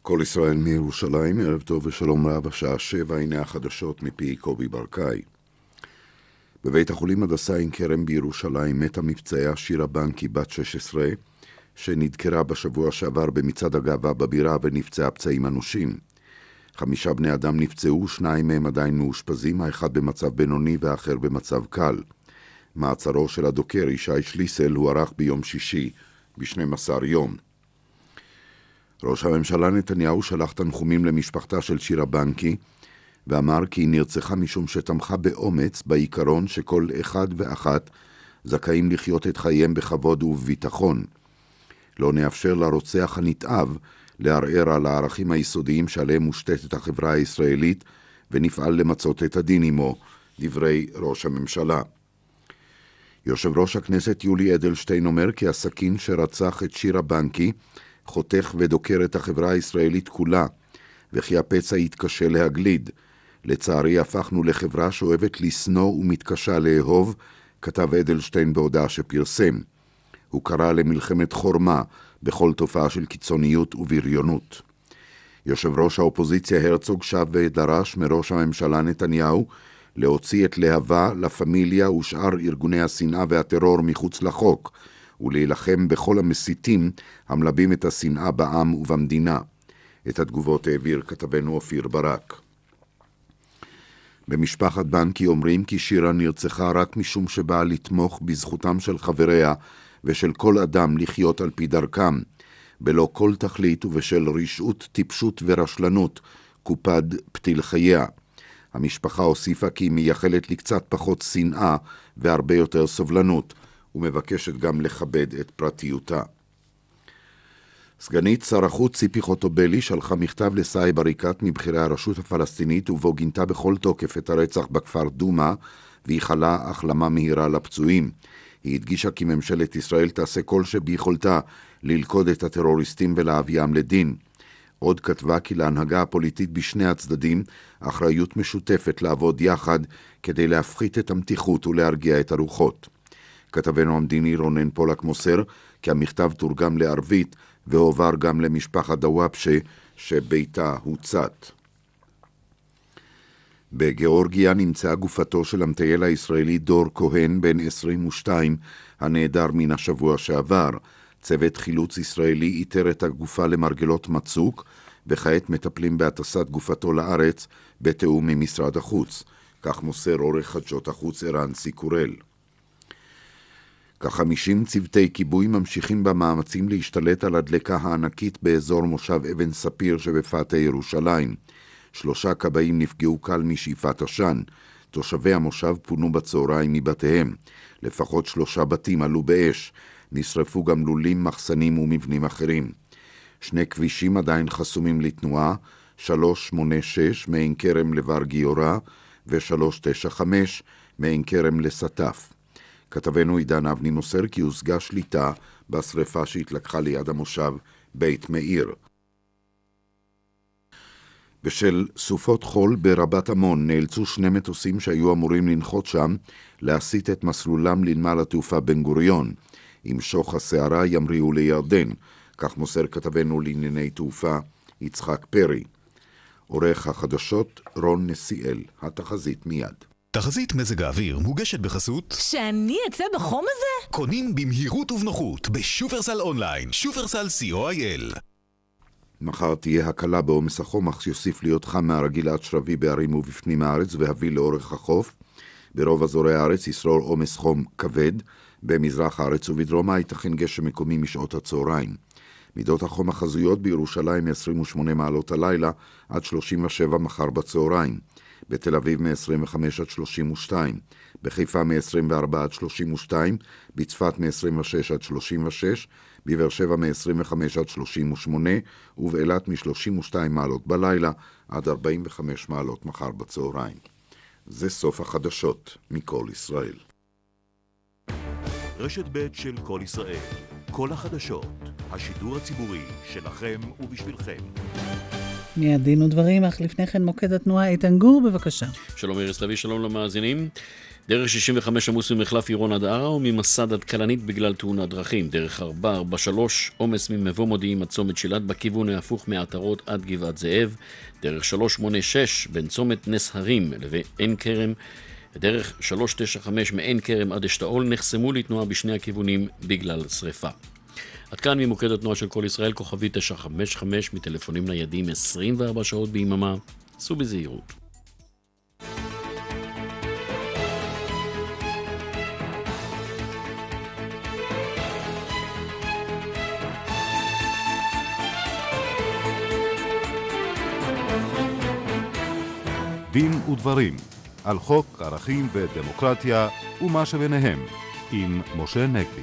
כל ישראל מירושלים, ערב טוב ושלום רב, השעה 7, הנה החדשות מפי קובי ברקאי. בבית החולים הדסה עין כרם בירושלים מתה מפצעיה שירה בנקי בת 16, שנדקרה בשבוע שעבר במצעד הגאווה בבירה ונפצעה פצעים אנושים. 5 בני אדם נפצעו, 2 מהם עדיין מאושפזים, האחד במצב בינוני והאחר במצב קל. מעצרו של הדוקר, ישי שליסל, הוארך ביום שישי ב-12 יום. ראש הממשלה נתניהו שלח תנחומים למשפחתה של שירה בנקי, ואמר כי היא נרצחה משום שתמכה באומץ בעיקרון שכל אחד ואחת זכאים לחיות את חייהם בכבוד ובביטחון. לא נאפשר לרוצח הנתעב לערער על הערכים היסודיים שעליהם מושתתת החברה הישראלית, ונפעל למצות את הדין עמו, דברי ראש הממשלה. יושב ראש הכנסת יולי אדלשטיין אומר כי הסכין שרצח את שירה בנקי חותך ודוקר את החברה הישראלית כולה, וכי הפצע יתקשה להגליד. לצערי הפכנו לחברה שאוהבת לסנוע ומתקשה לאהוב, כתב אדלשטיין בהודעה שפרסם. הוא קרא למלחמת חורמה בכל תופעה של קיצוניות ובריונות. יושב ראש האופוזיציה הרצוג שב ודרש מראש הממשלה נתניהו להוציא את להבה, לה פמיליה ושאר ארגוני השנאה והטרור מחוץ לחוק, ולהילחם בכל המסיתים המלבים את השנאה בעם ובמדינה. את התגובות העביר כתבנו אופיר ברק. במשפחת בנקי אומרים כי שירה נרצחה רק משום שבאה לתמוך בזכותם של חבריה ושל כל אדם לחיות על פי דרכם, בלא כל תכלית ובשל רשעות, טיפשות ורשלנות, קופד פתיל חייה. המשפחה הוסיפה כי היא מייחלת לקצת פחות שנאה והרבה יותר סובלנות, ומבקשת גם לכבד את פרטיותה. סגנית שר החוץ ציפי חוטובלי שלחה מכתב לסאיב עריקאת מבכירי הרשות הפלסטינית, ובו גינתה בכל תוקף את הרצח בכפר דומה, ואיחלה החלמה מהירה לפצועים. היא הדגישה כי ממשלת ישראל תעשה כל שביכולתה ללכוד את הטרוריסטים ולהביאם לדין. עוד כתבה כי להנהגה הפוליטית בשני הצדדים אחריות משותפת לעבוד יחד כדי להפחית את המתיחות ולהרגיע את הרוחות. כתבנו המדיני רונן פולק מוסר כי המכתב תורגם לערבית והועבר גם למשפחת דוואבשה שביתה הוצת. בגיאורגיה נמצאה גופתו של המטייל הישראלי דור כהן בן 22 הנעדר מן השבוע שעבר. צוות חילוץ ישראלי איתר את הגופה למרגלות מצוק, וכעת מטפלים בהטסת גופתו לארץ בתיאום עם משרד החוץ. כך מוסר עורך חדשות החוץ ערן סיקורל. כ-50 צוותי כיבוי ממשיכים במאמצים להשתלט על הדלקה הענקית באזור מושב אבן ספיר שבפאתי ירושלים. 3 כבאים נפגעו קל משאיפת עשן. תושבי המושב פונו בצהריים מבתיהם. לפחות 3 בתים עלו באש. נשרפו גם לולים, מחסנים ומבנים אחרים. 2 כבישים עדיין חסומים לתנועה, 386 מעין כרם לבר גיורא ו-395 מעין כרם לסטף. כתבנו עידן אבני מוסר כי הושגה שליטה בשריפה שהתלקחה ליד המושב בית מאיר. בשל סופות חול ברבת עמון נאלצו 2 מטוסים שהיו אמורים לנחות שם להסיט את מסלולם לנמל התעופה בן גוריון. עם שוך הסערה ימריאו לירדן, כך מוסר כתבנו לענייני תעופה יצחק פרי. עורך החדשות רון נסיאל, התחזית מיד. תחזית מזג האוויר מוגשת בחסות שאני אצא בחום הזה? קונים במהירות ובנוחות בשופרסל אונליין, שופרסל co.il. מחר תהיה הקלה בעומס החום, אך יוסיף להיות חם מהרגיל עד שרבי בערים ובפנים הארץ והביא לאורך החוף. ברוב אזורי הארץ ישרור עומס חום כבד, במזרח הארץ ובדרומה ייתכן גשם מקומי משעות הצהריים. מידות החום החזויות בירושלים 28 מעלות הלילה עד 37 מחר בצהריים. בתל אביב מ-25 עד 32, בחיפה מ-24 עד 32, בצפת מ-26 עד 36, בבאר שבע מ-25 עד 38, ובאילת מ-32 מעלות בלילה עד 45 מעלות מחר בצהריים. זה סוף החדשות מכל ישראל. רשת ב' של כל ישראל, כל החדשות, השידור הציבורי שלכם ובשבילכם. מיד דין ודברים, אך לפני כן מוקד התנועה איתן גור, בבקשה. שלום איריס לוי, שלום למאזינים. דרך 65 עמוס ממחלף עירון עד ערה וממסד עד כלנית בגלל תאונת דרכים. דרך 443 עומס ממבוא מודיעים עד צומת שילת בכיוון ההפוך מעטרות עד גבעת זאב. דרך 386 בין צומת נס הרים לעין כרם. דרך 395 מעין כרם עד אשתאול נחסמו לתנועה בשני הכיוונים בגלל שריפה. עד כאן ממוקד התנועה של כל ישראל, כוכבי 955 מטלפונים ניידים 24 שעות ביממה. סעו בזהירות. דין ודברים על חוק ערכים ודמוקרטיה ומה שביניהם עם משה נגבי.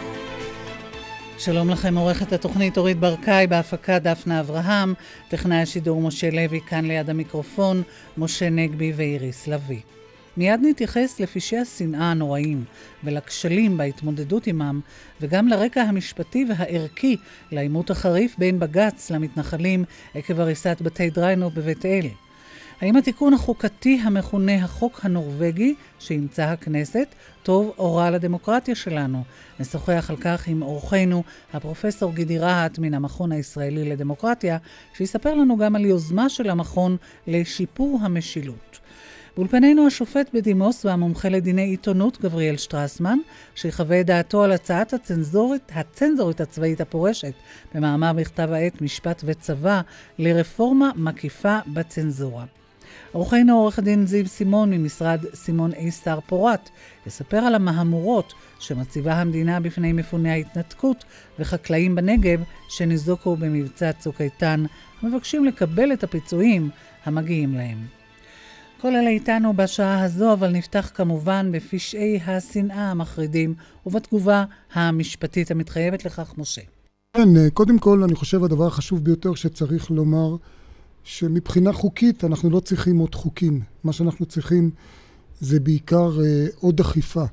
שלום לכם, עורכת התוכנית אורית ברקאי, בהפקה דפנה אברהם, טכנאי השידור משה לוי, כאן ליד המיקרופון משה נגבי ואיריס לוי. מיד נתייחס לפשעי השנאה הנוראים ולכשלים בהתמודדות עמם, וגם לרקע המשפטי והערכי לעימות החריף בין בג"ץ למתנחלים עקב הריסת בתי דריינו בבית אל. האם התיקון החוקתי המכונה החוק הנורווגי שימצא הכנסת טוב או רע לדמוקרטיה שלנו? נשוחח על כך עם אורחנו הפרופסור גידי רהט מן המכון הישראלי לדמוקרטיה, שיספר לנו גם על יוזמה של המכון לשיפור המשילות. באולפנינו השופט בדימוס והמומחה לדיני עיתונות גבריאל שטרסמן, שיחווה את דעתו על הצעת הצנזורית הצבאית הפורשת במאמר בכתב העת משפט וצבא לרפורמה מקיפה בצנזורה. אורחנו עורך הדין זיו סימון ממשרד סימון איסטר פורט יספר על המהמורות שמציבה המדינה בפני מפוני ההתנתקות וחקלאים בנגב שניזוקו במבצע צוק איתן, המבקשים לקבל את הפיצויים המגיעים להם. כל אלה איתנו בשעה הזו, אבל נפתח כמובן בפשעי השנאה המחרידים ובתגובה המשפטית המתחייבת לכך. משה. כן, קודם כל אני חושב הדבר החשוב ביותר שצריך לומר, שמבחינה חוקית אנחנו לא צריכים עוד חוקים. מה שאנחנו צריכים זה בעיקר עוד אכיפה.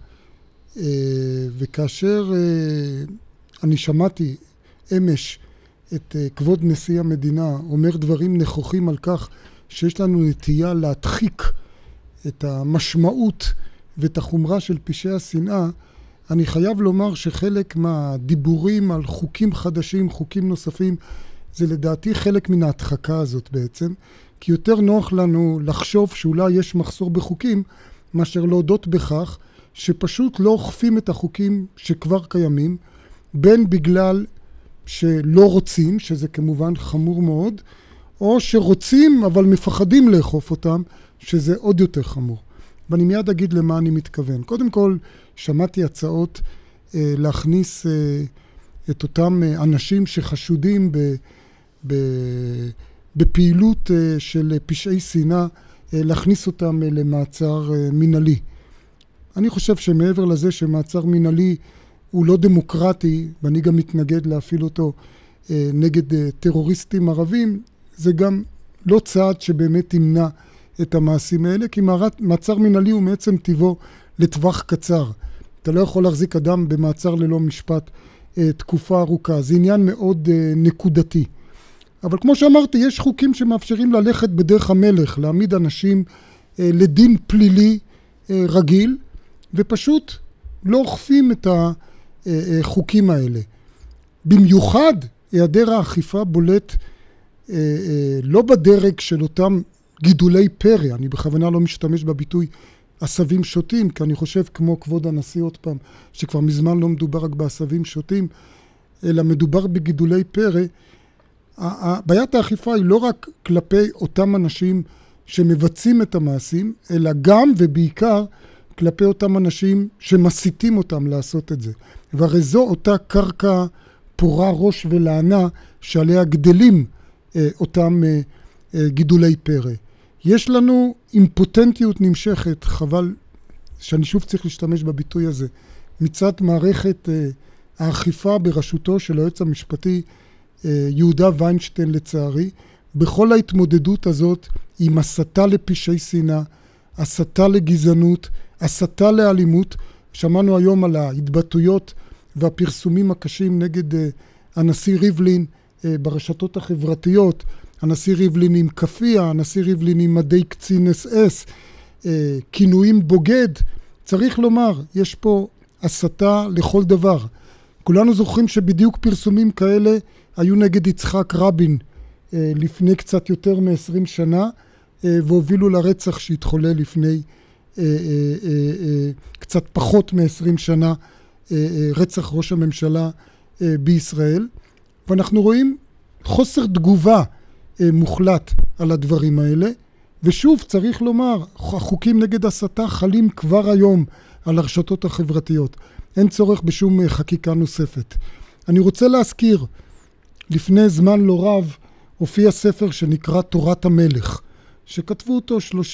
וכאשר אני שמעתי אמש את כבוד נשיא המדינה אומר דברים נכוחים על כך שיש לנו נטייה להדחיק את המשמעות ואת החומרה של פשעי השנאה, אני חייב לומר שחלק מהדיבורים על חוקים חדשים, חוקים נוספים, זה לדעתי חלק מן ההדחקה הזאת בעצם, כי יותר נוח לנו לחשוב שאולי יש מחסור בחוקים, מאשר להודות בכך שפשוט לא אוכפים את החוקים שכבר קיימים, בין בגלל שלא רוצים, שזה כמובן חמור מאוד, או שרוצים אבל מפחדים לאכוף אותם, שזה עוד יותר חמור. ואני מיד אגיד למה אני מתכוון. קודם כל, שמעתי הצעות להכניס את אותם אנשים שחשודים בפעילות של פשעי שנאה, להכניס אותם למעצר מנהלי. אני חושב שמעבר לזה שמעצר מנהלי הוא לא דמוקרטי, ואני גם מתנגד להפעיל אותו נגד טרוריסטים ערבים, זה גם לא צעד שבאמת ימנע את המעשים האלה, כי מעצר מנהלי הוא מעצם טבעו לטווח קצר. אתה לא יכול להחזיק אדם במעצר ללא משפט תקופה ארוכה. זה עניין מאוד נקודתי. אבל כמו שאמרתי, יש חוקים שמאפשרים ללכת בדרך המלך, להעמיד אנשים לדין פלילי רגיל, ופשוט לא אוכפים את החוקים האלה. במיוחד היעדר האכיפה בולט לא בדרג של אותם גידולי פרא, אני בכוונה לא משתמש בביטוי עשבים שוטים, כי אני חושב כמו כבוד הנשיא עוד פעם, שכבר מזמן לא מדובר רק בעשבים שוטים, אלא מדובר בגידולי פרא. בעיית האכיפה היא לא רק כלפי אותם אנשים שמבצעים את המעשים, אלא גם ובעיקר כלפי אותם אנשים שמסיתים אותם לעשות את זה. והרי זו אותה קרקע פורה ראש ולענה שעליה גדלים אותם גידולי פרא. יש לנו אימפוטנטיות נמשכת, חבל שאני שוב צריך להשתמש בביטוי הזה, מצד מערכת האכיפה בראשותו של היועץ המשפטי יהודה ויינשטיין לצערי, בכל ההתמודדות הזאת עם הסתה לפשעי שנאה, הסתה לגזענות, הסתה לאלימות. שמענו היום על ההתבטאויות והפרסומים הקשים נגד הנשיא ריבלין ברשתות החברתיות, הנשיא ריבלין עם כפיה, הנשיא ריבלין עם מדי קצין אס-אס, כינויים בוגד. צריך לומר, יש פה הסתה לכל דבר. כולנו זוכרים שבדיוק פרסומים כאלה היו נגד יצחק רבין לפני קצת יותר מ-20 שנה, והובילו לרצח שהתחולל לפני קצת פחות מ-20 שנה, רצח ראש הממשלה בישראל. ואנחנו רואים חוסר תגובה מוחלט על הדברים האלה. ושוב צריך לומר, החוקים נגד הסתה חלים כבר היום על הרשתות החברתיות. אין צורך בשום חקיקה נוספת. אני רוצה להזכיר, לפני זמן לא רב הופיע ספר שנקרא תורת המלך, שכתבו אותו 3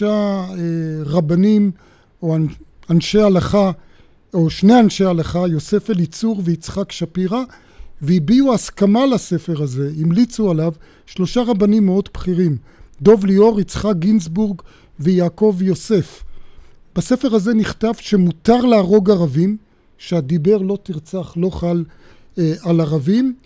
רבנים או אנשי הלכה, או 2 אנשי הלכה, יוסף אליצור ויצחק שפירא, והביעו הסכמה לספר הזה, המליצו עליו 3 רבנים מאוד בכירים, דוב ליאור, יצחק גינזבורג ויעקב יוסף. בספר הזה נכתב שמותר להרוג ערבים, שהדיבר לא תרצח לא חל על ערבים.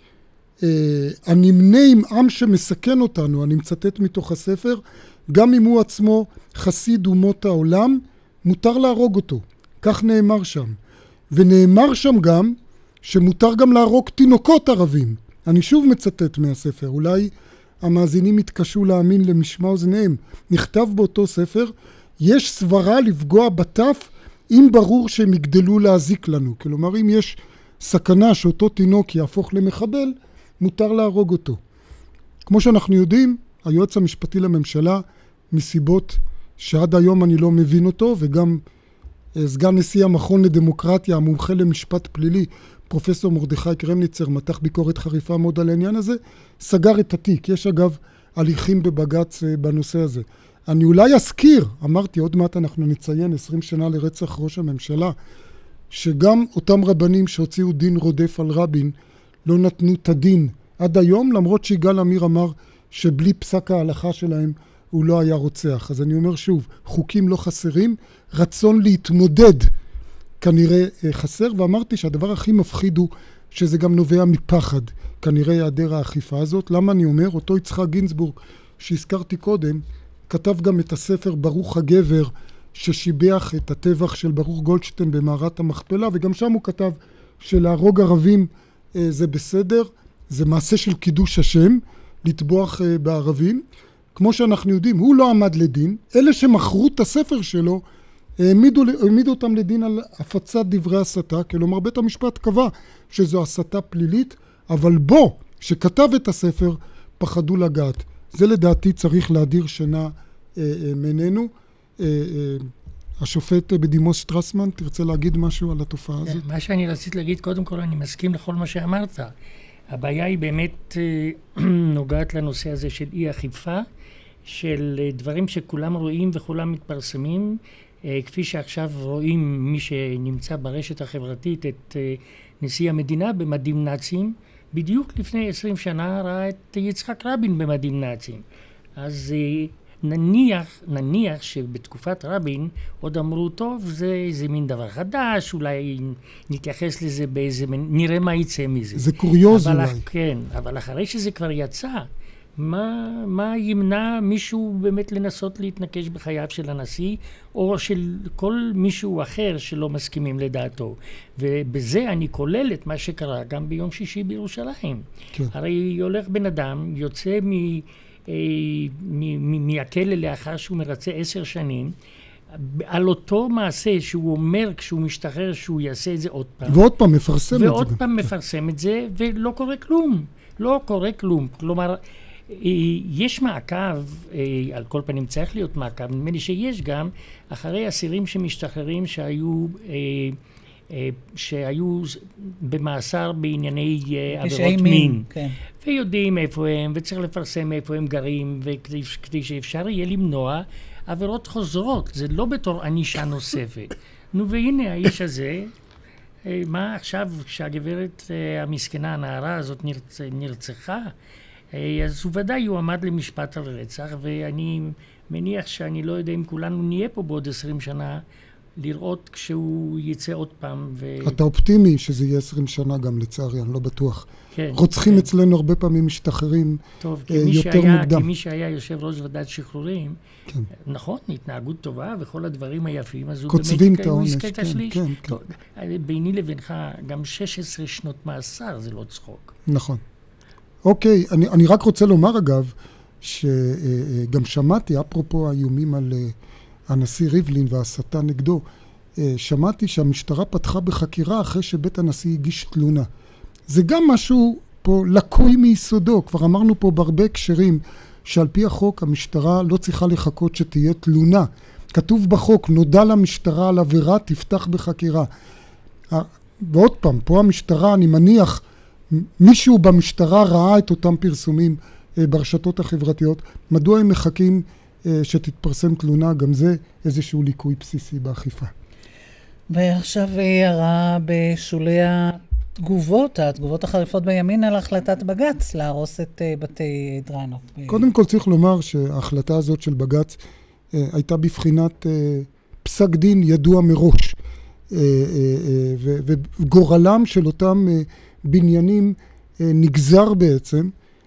הנמנה עם עם שמסכן אותנו, אני מצטט מתוך הספר, גם אם הוא עצמו חסיד אומות העולם, מותר להרוג אותו. כך נאמר שם. ונאמר שם גם שמותר גם להרוג תינוקות ערבים. אני שוב מצטט מהספר, אולי המאזינים יתקשו להאמין למשמע אוזניהם. נכתב באותו ספר, יש סברה לפגוע בטף אם ברור שהם יגדלו להזיק לנו. כלומר, אם יש סכנה שאותו תינוק יהפוך למחבל, מותר להרוג אותו. כמו שאנחנו יודעים, היועץ המשפטי לממשלה, מסיבות שעד היום אני לא מבין אותו, וגם סגן נשיא המכון לדמוקרטיה, המומחה למשפט פלילי, פרופסור מרדכי קרמניצר, מתח ביקורת חריפה מאוד על העניין הזה, סגר את התיק. יש אגב הליכים בבג"ץ בנושא הזה. אני אולי אזכיר, אמרתי, עוד מעט אנחנו נציין 20 שנה לרצח ראש הממשלה, שגם אותם רבנים שהוציאו דין רודף על רבין, לא נתנו את הדין עד היום, למרות שיגאל עמיר אמר שבלי פסק ההלכה שלהם הוא לא היה רוצח. אז אני אומר שוב, חוקים לא חסרים, רצון להתמודד כנראה חסר, ואמרתי שהדבר הכי מפחיד הוא שזה גם נובע מפחד, כנראה היעדר האכיפה הזאת. למה אני אומר? אותו יצחק גינזבורג שהזכרתי קודם, כתב גם את הספר ברוך הגבר, ששיבח את הטבח של ברוך גולדשטיין במערת המכפלה, וגם שם הוא כתב שלהרוג ערבים זה בסדר, זה מעשה של קידוש השם, לטבוח בערבים. כמו שאנחנו יודעים, הוא לא עמד לדין, אלה שמכרו את הספר שלו, העמידו אותם לדין על הפצת דברי הסתה, כלומר בית המשפט קבע שזו הסתה פלילית, אבל בו, שכתב את הספר, פחדו לגעת. זה לדעתי צריך להדיר שינה ממנו. השופט בדימוס שטרסמן, תרצה להגיד משהו על התופעה הזאת? מה שאני רציתי להגיד, קודם כל אני מסכים לכל מה שאמרת. הבעיה היא באמת נוגעת לנושא הזה של אי אכיפה, של דברים שכולם רואים וכולם מתפרסמים, כפי שעכשיו רואים מי שנמצא ברשת החברתית את נשיא המדינה במדים נאצים, בדיוק לפני 20 שנה ראה את יצחק רבין במדים נאצים. אז נניח שבתקופת רבין עוד אמרו, טוב, זה מין דבר חדש, אולי נתייחס לזה באיזה, נראה מה יצא מזה. זה קוריוז אולי. כן, אבל אחרי שזה כבר יצא, מה ימנע מישהו באמת לנסות להתנקש בחייו של הנשיא, או של כל מישהו אחר שלא מסכימים לדעתו. ובזה אני כולל את מה שקרה גם ביום שישי בירושלים. כן. הרי הולך בן אדם, יוצא מהכלא לאחר שהוא מרצה 10 שנים, על אותו מעשה שהוא אומר כשהוא משתחרר שהוא יעשה את זה עוד פעם. ועוד פעם מפרסם את זה. ועוד פעם מפרסם את זה, ולא קורה כלום. לא קורה כלום. כלומר, יש מעקב, על כל פנים צריך להיות מעקב, נדמה לי שיש גם, אחרי אסירים שמשתחררים שהיו במאסר בענייני עבירות מין. כן. ויודעים איפה הם, וצריך לפרסם איפה הם גרים, וכדי שאפשר יהיה למנוע עבירות חוזרות. זה לא בתור ענישה נוספת. נו והנה האיש הזה, מה עכשיו כשהגברת המסכנה, הנערה הזאת נרצחה, אז הוא ודאי יועמד למשפט על רצח, ואני מניח שאני לא יודע אם כולנו נהיה פה בעוד 20 שנה, לראות כשהוא יצא עוד פעם. אתה אופטימי שזה יהיה 20 שנה גם, לצערי, אני לא בטוח. רוצחים אצלנו הרבה פעמים משתחררים יותר מוקדם. כמי שהיה יושב ראש ועדת שחרורים, נכון, התנהגות טובה וכל הדברים היפים, אז הוא באמת הוא יזכה את השליש. ביני לבינך, גם 16 שנות מאסר זה לא צחוק. נכון. אוקיי, אני רק רוצה לומר אגב, שגם שמעתי, אפרופו האיומים על הנשיא ריבלין וההסתה נגדו, שמעתי שהמשטרה פתחה בחקירה אחרי שבית הנשיא הגיש תלונה. זה גם משהו פה לקוי מיסודו. כבר אמרנו פה בהרבה הקשרים שעל פי החוק המשטרה לא צריכה לחכות שתהיה תלונה. כתוב בחוק, נודע למשטרה על עבירה, תפתח בחקירה. ועוד פעם, פה המשטרה, אני מניח, מישהו במשטרה ראה את אותם פרסומים ברשתות החברתיות. מדוע הם מחכים שתתפרסם תלונה? גם זה איזשהו ליקוי בסיסי באכיפה. ועכשיו הערה בשולי התגובות החריפות בימין על החלטת בג"ץ להרוס את בתי דריינוף. קודם כל צריך לומר שההחלטה הזאת של בג"ץ הייתה בבחינת פסק דין ידוע מראש, וגורלם של אותם בניינים נגזר בעצם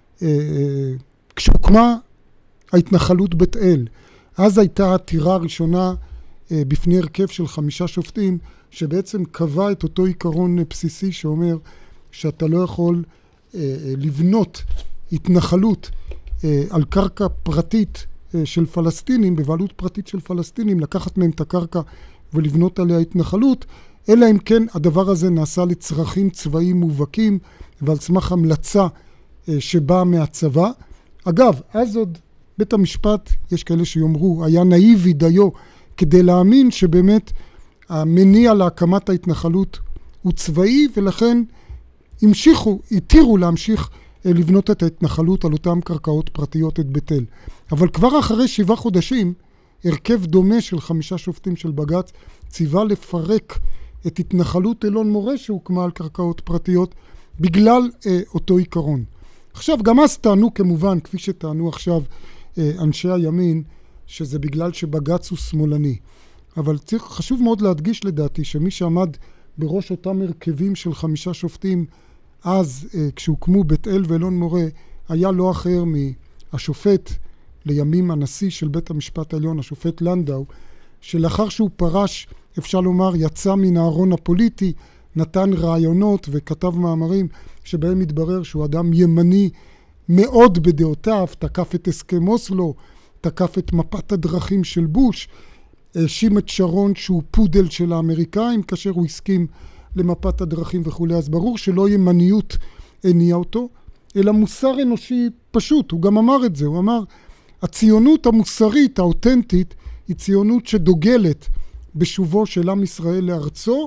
כשהוקמה ההתנחלות בית אל. אז הייתה העתירה הראשונה בפני הרכב של 5 שופטים, שבעצם קבע את אותו עיקרון בסיסי שאומר שאתה לא יכול לבנות התנחלות על קרקע פרטית של פלסטינים, בבעלות פרטית של פלסטינים, לקחת מהם את הקרקע ולבנות עליה התנחלות, אלא אם כן הדבר הזה נעשה לצרכים צבאיים מובהקים ועל סמך המלצה שבאה מהצבא. אגב, אז עוד בית המשפט, יש כאלה שיאמרו, היה נאיבי דיו כדי להאמין שבאמת המניע להקמת ההתנחלות הוא צבאי, ולכן התירו להמשיך לבנות את ההתנחלות על אותם קרקעות פרטיות את בית אל. אבל כבר אחרי 7 חודשים, הרכב דומה של 5 שופטים של בג"ץ ציווה לפרק את התנחלות אלון מורה שהוקמה על קרקעות פרטיות בגלל אותו עיקרון. עכשיו, גם אז טענו כמובן, כפי שטענו עכשיו אנשי הימין, שזה בגלל שבג"ץ הוא שמאלני. אבל חשוב מאוד להדגיש לדעתי שמי שעמד בראש אותם הרכבים של 5 שופטים אז כשהוקמו בית אל ואלון מורה היה לא אחר מהשופט לימים הנשיא של בית המשפט העליון, השופט לנדאו, שלאחר שהוא פרש, אפשר לומר, יצא מן הארון הפוליטי, נתן רעיונות וכתב מאמרים שבהם מתברר שהוא אדם ימני מאוד בדעותיו, תקף את הסכם אוסלו, תקף את מפת הדרכים של בוש, האשים את שרון שהוא פודל של האמריקאים כאשר הוא הסכים למפת הדרכים וכו'. אז ברור שלא ימניות הניע אותו, אלא מוסר אנושי פשוט. הוא גם אמר את זה, הוא אמר, הציונות המוסרית, האותנטית, היא ציונות שדוגלת בשובו של עם ישראל לארצו,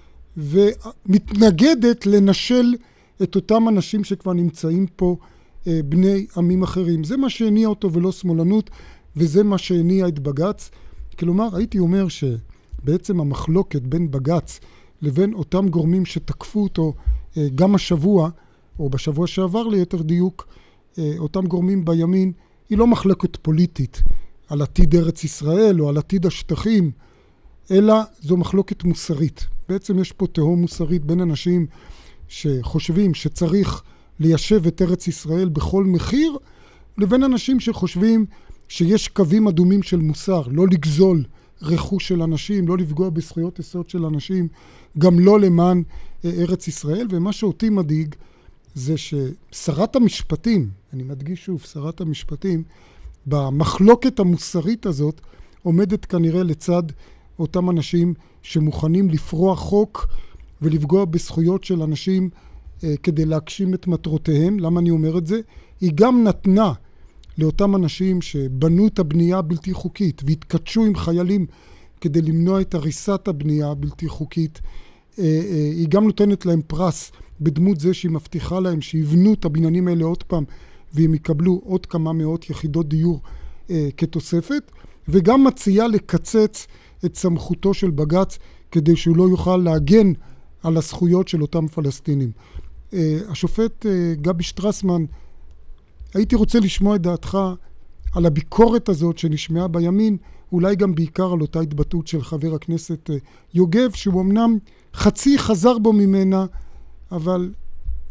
ומתנגדת לנשל את אותם אנשים שכבר נמצאים פה, בני עמים אחרים. זה מה שהניע אותו ולא שמאלנות, וזה מה שהניע את בג"ץ. כלומר, הייתי אומר שבעצם המחלוקת בין בג"ץ לבין אותם גורמים שתקפו אותו גם השבוע, או בשבוע שעבר ליתר דיוק, אותם גורמים בימין, היא לא מחלוקת פוליטית על עתיד ארץ ישראל או על עתיד השטחים, אלא זו מחלוקת מוסרית. בעצם יש פה תהום מוסרית בין אנשים שחושבים שצריך ליישב את ארץ ישראל בכל מחיר, לבין אנשים שחושבים שיש קווים אדומים של מוסר, לא לגזול רכוש של אנשים, לא לפגוע בזכויות יסוד של אנשים, גם לא למען ארץ ישראל. ומה שאותי מדאיג זה ששרת המשפטים, אני מדגיש שוב, שרת המשפטים, במחלוקת המוסרית הזאת עומדת כנראה לצד אותם אנשים שמוכנים לפרוע חוק ולפגוע בזכויות של אנשים כדי להגשים את מטרותיהם. למה אני אומר את זה? היא גם נתנה לאותם אנשים שבנו את הבנייה הבלתי חוקית והתקדשו עם חיילים כדי למנוע את הריסת הבנייה הבלתי חוקית, היא גם נותנת להם פרס בדמות זה שהיא מבטיחה להם שיבנו את הבניינים האלה עוד פעם והם יקבלו עוד כמה מאות יחידות דיור כתוספת, וגם מציעה לקצץ את סמכותו של בג"ץ כדי שהוא לא יוכל להגן על הזכויות של אותם פלסטינים. השופט גבי שטרסמן, הייתי רוצה לשמוע את דעתך על הביקורת הזאת שנשמעה בימין, אולי גם בעיקר על אותה התבטאות של חבר הכנסת יוגב, שהוא אמנם חצי חזר בו ממנה, אבל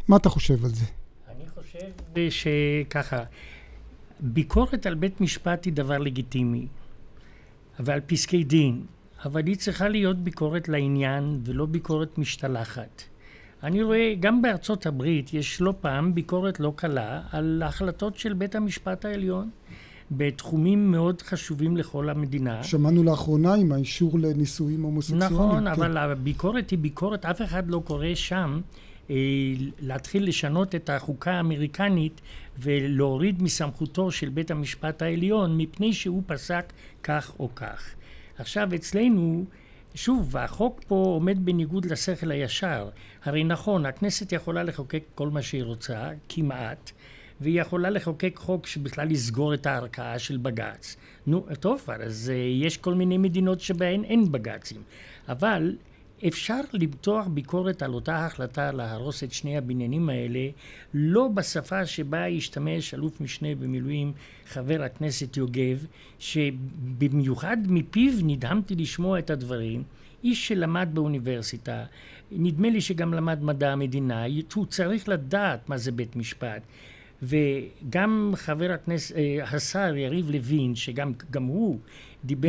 מה אתה חושב על זה? אני חושב שככה, ביקורת על בית משפט היא דבר לגיטימי, ועל פסקי דין, אבל היא צריכה להיות ביקורת לעניין ולא ביקורת משתלחת. אני רואה, גם בארצות הברית יש לא פעם ביקורת לא קלה על ההחלטות של בית המשפט העליון, בתחומים מאוד חשובים לכל המדינה. שמענו לאחרונה עם האישור לנישואים הומוסקסואליים. נכון, כן. אבל הביקורת היא ביקורת, אף אחד לא קורא שם להתחיל לשנות את החוקה האמריקנית ולהוריד מסמכותו של בית המשפט העליון מפני שהוא פסק כך או כך. עכשיו אצלנו, שוב, החוק פה עומד בניגוד לשכל הישר. הרי נכון, הכנסת יכולה לחוקק כל מה שהיא רוצה, כמעט, והיא יכולה לחוקק חוק שבכלל יסגור את הערכאה של בג"ץ. נו, טוב, אז יש כל מיני מדינות שבהן אין בג"צים. אבל אפשר למתוח ביקורת על אותה החלטה להרוס את שני הבניינים האלה, לא בשפה שבה ישתמש אלוף משנה במילואים חבר הכנסת יוגב, שבמיוחד מפיו נדהמתי לשמוע את הדברים. איש שלמד באוניברסיטה, נדמה לי שגם למד מדע המדינה, הוא צריך לדעת מה זה בית משפט. וגם חבר הכנסת, השר יריב לוין, שגם הוא דיבר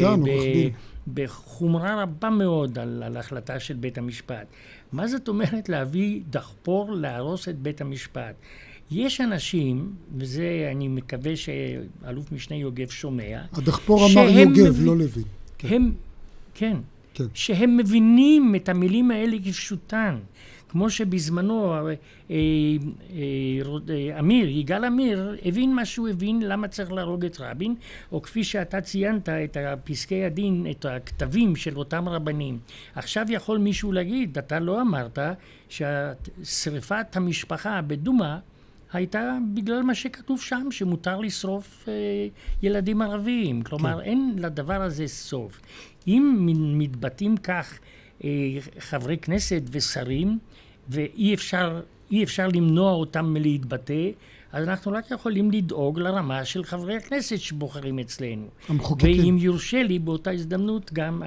בחומרה רבה מאוד על ההחלטה של בית המשפט. מה זאת אומרת להביא דחפור להרוס את בית המשפט? יש אנשים, וזה אני מקווה שאלוף משנה יוגב שומע, הדחפור אמר יוגב, לא לוין. כן. שהם מבינים את המילים האלה כפשוטן. כמו שבזמנו יגאל עמיר הבין מה שהוא הבין, למה צריך להרוג את רבין, או כפי שאתה ציינת את פסקי הדין, את הכתבים של אותם רבנים. עכשיו יכול מישהו להגיד, אתה לא אמרת ששריפת המשפחה בדומא הייתה בגלל מה שכתוב שם, שמותר לשרוף ילדים ערביים. כלומר, אין לדבר הזה סוף. אם מתבטאים כך חברי כנסת ושרים, ואי אפשר למנוע אותם מלהתבטא, אז אנחנו רק יכולים לדאוג לרמה של חברי הכנסת שבוחרים אצלנו. המחוקקים. ואם יורשה לי באותה הזדמנות גם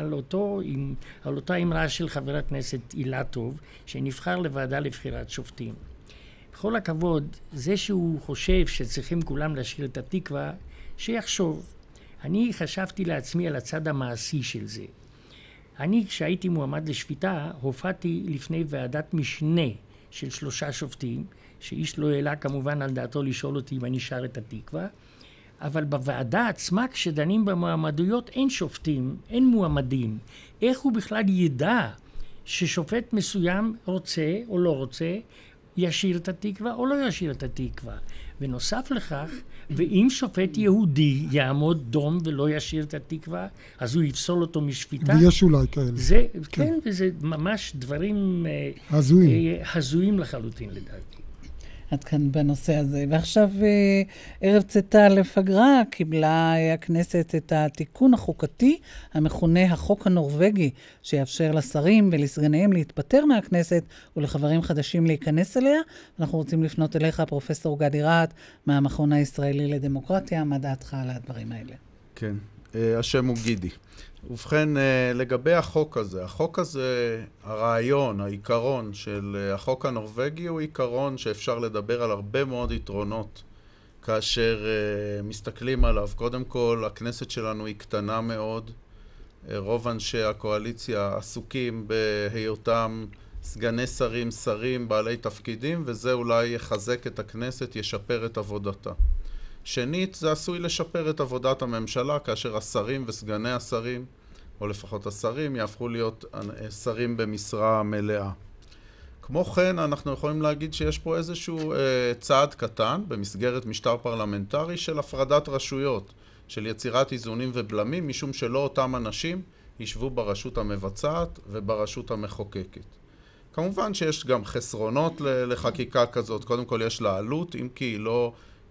על אותה אמרה של חבר הכנסת אילטוב, שנבחר לוועדה לבחירת שופטים. בכל הכבוד, זה שהוא חושב שצריכים כולם להשאיר את התקווה, שיחשוב. אני חשבתי לעצמי על הצד המעשי של זה. אני, כשהייתי מועמד לשפיטה, הופעתי לפני ועדת משנה של 3 שופטים, שאיש לא העלה כמובן על דעתו לשאול אותי אם אני שר את התקווה, אבל בוועדה עצמה, כשדנים במועמדויות, אין שופטים, אין מועמדים. איך הוא בכלל ידע ששופט מסוים רוצה או לא רוצה, ישיר את התקווה או לא ישיר את התקווה? ונוסף לכך, ואם שופט יהודי יעמוד דום ולא ישיר את התקווה, אז הוא יפסול אותו משפיטה. ויש אולי כאלה. כן, וזה ממש דברים הזויים לחלוטין לדעתי. עד כאן בנושא הזה. ועכשיו ערב צאתה לפגרה קיבלה הכנסת את התיקון החוקתי המכונה החוק הנורווגי, שיאפשר לשרים ולסגניהם להתפטר מהכנסת ולחברים חדשים להיכנס אליה. אנחנו רוצים לפנות אליך, פרופסור גדי רהט, מהמכון הישראלי לדמוקרטיה. מה דעתך על הדברים האלה? כן, השם הוא גידי. ובכן, לגבי החוק הזה, הרעיון, העיקרון של החוק הנורווגי הוא עיקרון שאפשר לדבר על הרבה מאוד יתרונות כאשר מסתכלים עליו. קודם כל, הכנסת שלנו היא קטנה מאוד, רוב אנשי הקואליציה עסוקים בהיותם סגני שרים, שרים, בעלי תפקידים, וזה אולי יחזק את הכנסת, ישפר את עבודתה. שנית, זה עשוי לשפר את עבודת הממשלה, כאשר השרים וסגני השרים, או לפחות השרים, יהפכו להיות שרים במשרה מלאה. כמו כן, אנחנו יכולים להגיד שיש פה איזשהו צעד קטן, במסגרת משטר פרלמנטרי, של הפרדת רשויות, של יצירת איזונים ובלמים, משום שלא אותם אנשים ישבו ברשות המבצעת וברשות המחוקקת. כמובן שיש גם חסרונות לחקיקה כזאת. קודם כל יש לה עלות, אם כי היא לא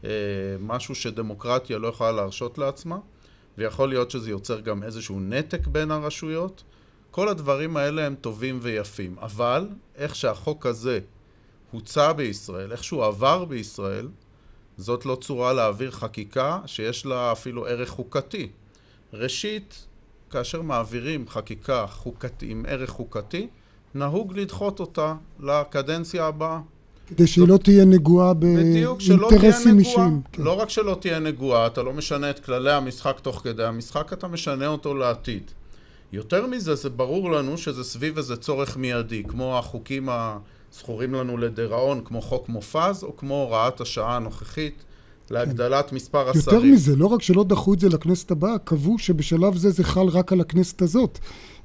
משהו שדמוקרטיה לא יכולה להרשות לעצמה, ויכול להיות שזה יוצר גם איזשהו נתק בין הרשויות. כל הדברים האלה הם טובים ויפים, אבל איך שהחוק הזה הוצא בישראל, איך שהוא עבר בישראל, זאת לא צורה להעביר חקיקה שיש לה אפילו ערך חוקתי. ראשית, כאשר מעבירים חקיקה חוקתי עם ערך חוקתי, נהוג לדחות אותה לקדנציה הבאה. כדי שהיא לא תהיה נגועה באינטרסים אישיים. לא רק שלא תהיה נגועה, אתה לא משנה את כללי המשחק תוך כדי המשחק, אתה משנה אותו לעתיד. יותר מזה, זה ברור לנו שזה סביב איזה צורך מיידי, כמו החוקים הזכורים לנו לדיראון, כמו חוק מופז, או כמו הוראת השעה הנוכחית להגדלת מספר השרים. יותר מזה, לא רק שלא דחו את זה לכנסת הבאה, קבעו שבשלב זה זה חל רק על הכנסת הזאת.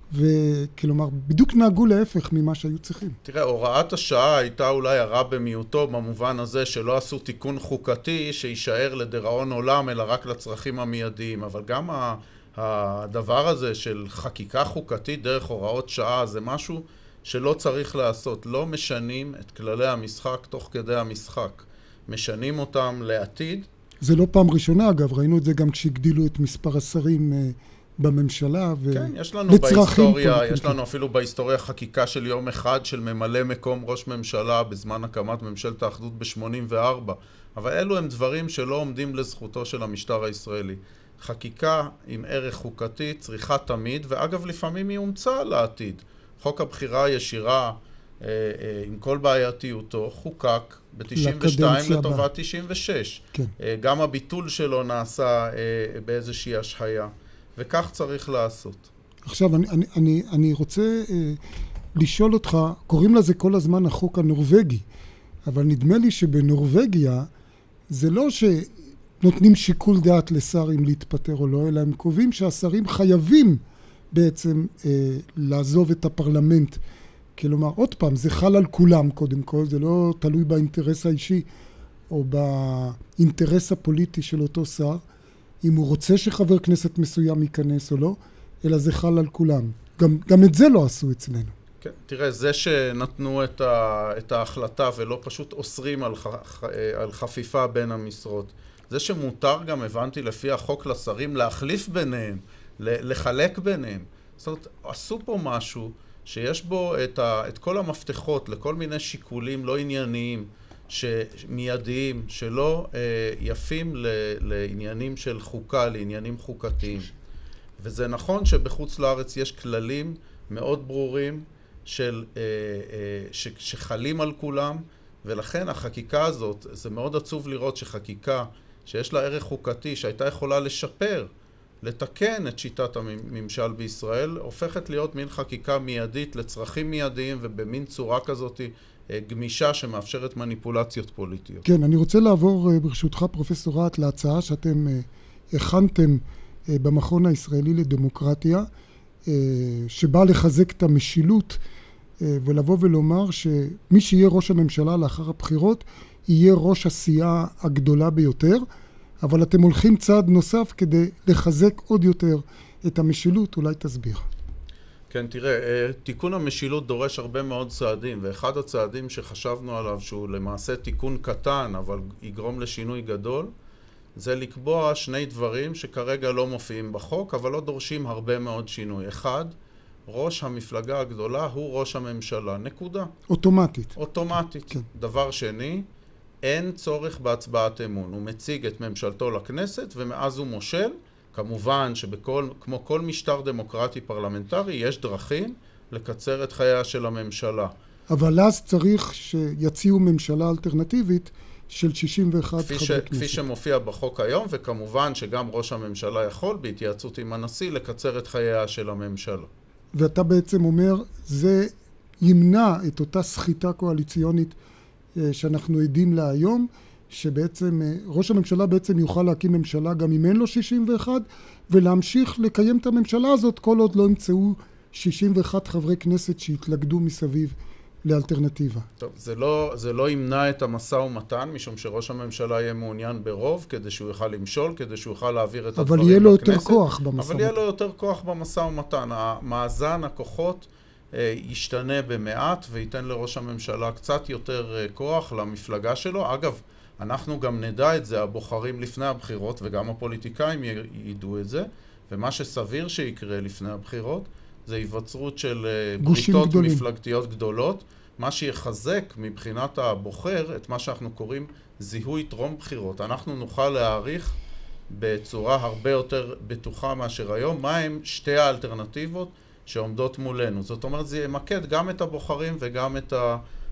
וכלומר, בדיוק נהגו להפך ממה שהיו צריכים. תראה, הוראת השעה הייתה אולי הרע במיעוטו, במובן הזה שלא עשו תיקון חוקתי שישאר לדיראון עולם, אלא רק לצרכים המיידיים. אבל גם הדבר הזה של חקיקה חוקתית דרך הוראות שעה, זה משהו שלא צריך לעשות. לא משנים את כללי המשחק תוך כדי המשחק. משנים אותם לעתיד. זה לא פעם ראשונה, אגב, ראינו את זה גם כשהגדילו את מספר השרים בממשלה כן, יש לנו בהיסטוריה, יש לנו אפילו בהיסטוריה חקיקה של יום אחד של ממלא מקום ראש ממשלה בזמן הקמת ממשלת האחדות ב-84, אבל אלו הם דברים שלא עומדים לזכותו של המשטר הישראלי. חקיקה עם ערך חוקתי צריכה תמיד, ואגב לפעמים היא אומצה לעתיד. חוק הבחירה הישירה עם כל בעייתיותו חוקק ב-92 לטובת 96. כן. גם הביטול שלו נעשה באיזושהי השהיה. וכך צריך לעשות. עכשיו, אני רוצה לשאול אותך, קוראים לזה כל הזמן החוק הנורווגי, אבל נדמה לי שבנורווגיה זה לא שנותנים שיקול דעת לשר אם להתפטר או לא, אלא הם קובעים שהשרים חייבים בעצם לעזוב את הפרלמנט. כלומר, עוד פעם, זה חל על כולם קודם כל, זה לא תלוי באינטרס האישי או באינטרס הפוליטי של אותו שר, אם הוא רוצה שחבר כנסת מסוים ייכנס או לא, אלא זה חל על כולם. גם את זה לא עשו אצלנו. כן, תראה, זה שנתנו את ההחלטה ולא פשוט אוסרים על חפיפה בין המשרות. זה שמותר גם, הבנתי לפי החוק לשרים, להחליף ביניהם, לחלק ביניהם. זאת אומרת, עשו פה משהו שיש בו את כל המפתחות לכל מיני שיקולים לא ענייניים, שמיידיים, שלא יפים לעניינים של חוקה, לעניינים חוקתיים. וזה נכון שבחוץ לארץ יש כללים מאוד ברורים שחלים על כולם, ולכן החקיקה הזאת, זה מאוד עצוב לראות שחקיקה שיש לה ערך חוקתי, שהייתה יכולה לשפר, לתקן את שיטת הממשל בישראל, הופכת להיות מין חקיקה מיידית לצרכים מיידיים, ובמין צורה כזאת גמישה שמאפשרת מניפולציות פוליטיות. כן, אני רוצה לעבור ברשותך פרופסור רהט להצעה שאתם הכנתם במכון הישראלי לדמוקרטיה, שבא לחזק את המשילות ולבוא ולומר שמי שיהיה ראש הממשלה לאחר הבחירות יהיה ראש הסיעה הגדולה ביותר, אבל אתם הולכים צעד נוסף כדי לחזק עוד יותר את המשילות, אולי תסביר. כן, תראה, תיקון המשילות דורש הרבה מאוד צעדים, ואחד הצעדים שחשבנו עליו, שהוא למעשה תיקון קטן, אבל יגרום לשינוי גדול, זה לקבוע שני דברים שכרגע לא מופיעים בחוק, אבל לא דורשים הרבה מאוד שינוי. אחד, ראש המפלגה הגדולה הוא ראש הממשלה, נקודה. אוטומטית. אוטומטית. כן. דבר שני, אין צורך בהצבעת אמון. הוא מציג את ממשלתו לכנסת, ומאז הוא מושל. כמובן שכמו כל משטר דמוקרטי פרלמנטרי, יש דרכים לקצר את חייה של הממשלה. אבל אז צריך שיציעו ממשלה אלטרנטיבית של 61 חברי כנסת. כפי שמופיע בחוק היום, וכמובן שגם ראש הממשלה יכול, בהתייעצות עם הנשיא, לקצר את חייה של הממשלה. ואתה בעצם אומר, זה ימנע את אותה סחיטה קואליציונית שאנחנו עדים לה היום, שבעצם ראש הממשלה בעצם יוכל להקים ממשלה גם אם אין לו 61, ולהמשיך לקיים את הממשלה הזאת כל עוד לא ימצאו 61 חברי כנסת שהתלכדו מסביב לאלטרנטיבה. טוב, זה לא ימנע את המשא ומתן, משום שראש הממשלה יהיה מעוניין ברוב, כדי שהוא יוכל למשול, כדי שהוא יוכל להעביר את הדברים אבל יהיה לו יותר כוח במשא ומתן. אבל יהיה לו יותר כוח במשא ומתן. המאזן הכוחות ישתנה במעט, וייתן לראש הממשלה קצת יותר כוח למפלגה שלו. אגב, אנחנו גם נדע את זה, הבוחרים לפני הבחירות, וגם הפוליטיקאים ידעו את זה, ומה שסביר שיקרה לפני הבחירות, זה היווצרות של בריתות מפלגתיות גדולות, מה שיחזק מבחינת הבוחר את מה שאנחנו קוראים זיהוי טרום בחירות. אנחנו נוכל להעריך בצורה הרבה יותר בטוחה מאשר היום, מה הם שתי האלטרנטיבות שעומדות מולנו. זאת אומרת, זה ימקד גם את הבוחרים וגם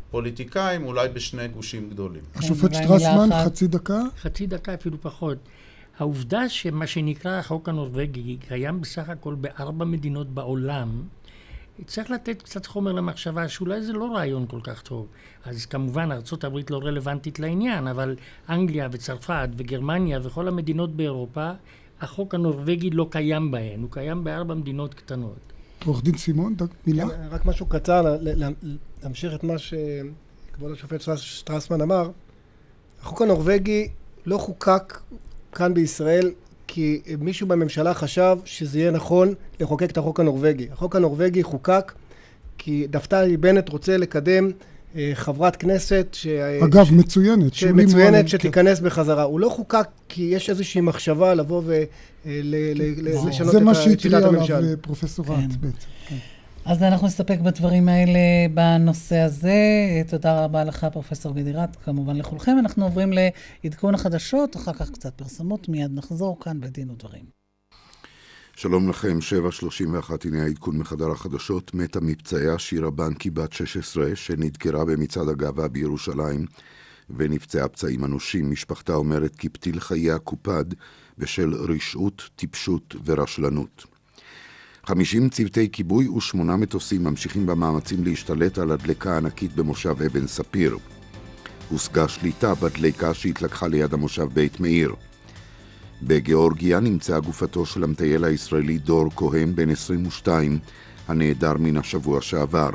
פוליטיקאים, אולי בשני גושים גדולים. השופט שטרסמן, חצי דקה? חצי דקה אפילו פחות. העובדה שמה שנקרא החוק הנורווגי קיים בסך הכל ב4 מדינות בעולם, צריך לתת קצת חומר למחשבה שאולי זה לא רעיון כל כך טוב. אז כמובן ארצות הברית לא רלוונטית לעניין, אבל אנגליה וצרפת וגרמניה וכל המדינות באירופה, החוק הנורווגי לא קיים בהן, הוא קיים ב4 מדינות קטנות. עורך דין סימון, מילה? רק משהו קצר, להמשיך את מה שכבוד השופט שטרסמן אמר. החוק הנורווגי לא חוקק כאן בישראל כי מישהו בממשלה חשב שזה יהיה נכון לחוקק את החוק הנורווגי. החוק הנורווגי חוקק כי נפתלי בנט רוצה לקדם חברת כנסת אגב, מצוינת שתיכנס בחזרה. הוא לא חוקק כי יש איזושהי מחשבה לבוא ולשנות את שיטת הממשל. זה מה שהטריע עליו פרופסור רט בעצם. אז אנחנו נסתפק בדברים האלה בנושא הזה. תודה רבה לך פרופסור גידי רט, כמובן לכולכם. אנחנו עוברים לעדכון החדשות, אחר כך קצת פרסמות, מיד נחזור כאן בדין ודברים. שלום לכם, 7:31, הנה העדכון מחדר החדשות. מתה מפצעיה שירה בנקי בת 16 שנדקרה במצעד הגאווה בירושלים ונפצעה פצעים אנושים. משפחתה אומרת כי פתיל חייה קופד בשל רשעות, טיפשות ורשלנות. 50 צוותי כיבוי ו8 מטוסים ממשיכים במאמצים להשתלט על הדלקה הענקית במושב אבן ספיר. הושגה שליטה בדלקה שהתלקחה ליד המושב בית מאיר. בגיאורגיה נמצאה גופתו של המטייל הישראלי דור כהן בן 22 הנעדר מן השבוע שעבר.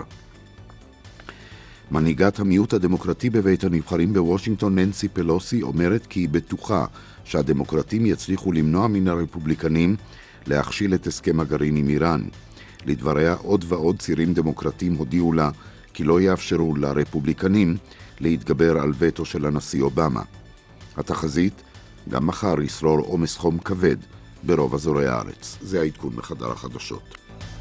מנהיגת המיעוט הדמוקרטי בבית הנבחרים בוושינגטון ננסי פלוסי אומרת כי היא בטוחה שהדמוקרטים יצליחו למנוע מן הרפובליקנים להכשיל את הסכם הגרעין עם איראן. לדבריה עוד ועוד צירים דמוקרטיים הודיעו לה כי לא יאפשרו לרפובליקנים להתגבר על וטו של הנשיא אובמה. התחזית, גם מחר ישרור עומס חום כבד ברוב אזורי הארץ. זה העדכון מחדר החדשות.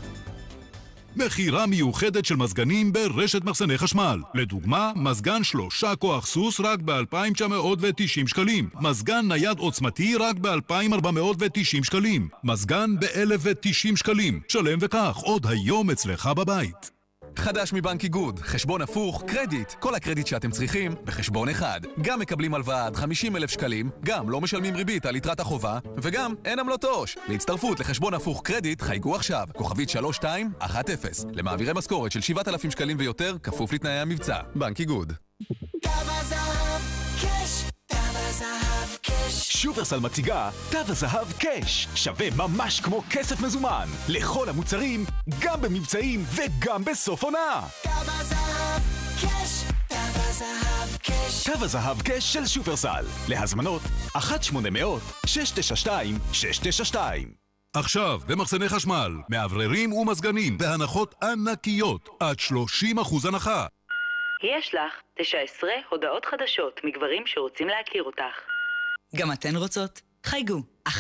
מחירה מיוחדת של מזגנים ברשת מחסני חשמל. לדוגמה, מזגן 3 כוח סוס רק ב-2,990 שקלים. מזגן נייד עוצמתי רק ב-2,490 שקלים. מזגן ב-1,090 שקלים. שלם וכך, עוד היום אצלך בבית. חדש מבנק איגוד, חשבון הפוך, קרדיט. כל הקרדיט שאתם צריכים בחשבון אחד. גם מקבלים הלוואה עד 50,000 שקלים, גם לא משלמים ריבית על יתרת החובה, וגם אין עמלות עו"ש. להצטרפות לחשבון הפוך קרדיט, חייגו עכשיו, כוכבית 3210. למעבירי משכורת של 7,000 שקלים ויותר, כפוף לתנאי המבצע. בנק איגוד. שופרסל מציגה תו הזהב קש, שווה ממש כמו כסף מזומן, לכל המוצרים, גם במבצעים וגם בסוף עונה. תו הזהב קש, תו הזהב קש. תו הזהב קש של שופרסל, להזמנות 1-800-692-692. עכשיו במחסני חשמל, מאווררים ומזגנים בהנחות ענקיות, עד 30% הנחה. יש לך 19 הודעות חדשות מגברים שרוצים להכיר אותך. גם אתן רוצות? חייגו, 1-950-5050.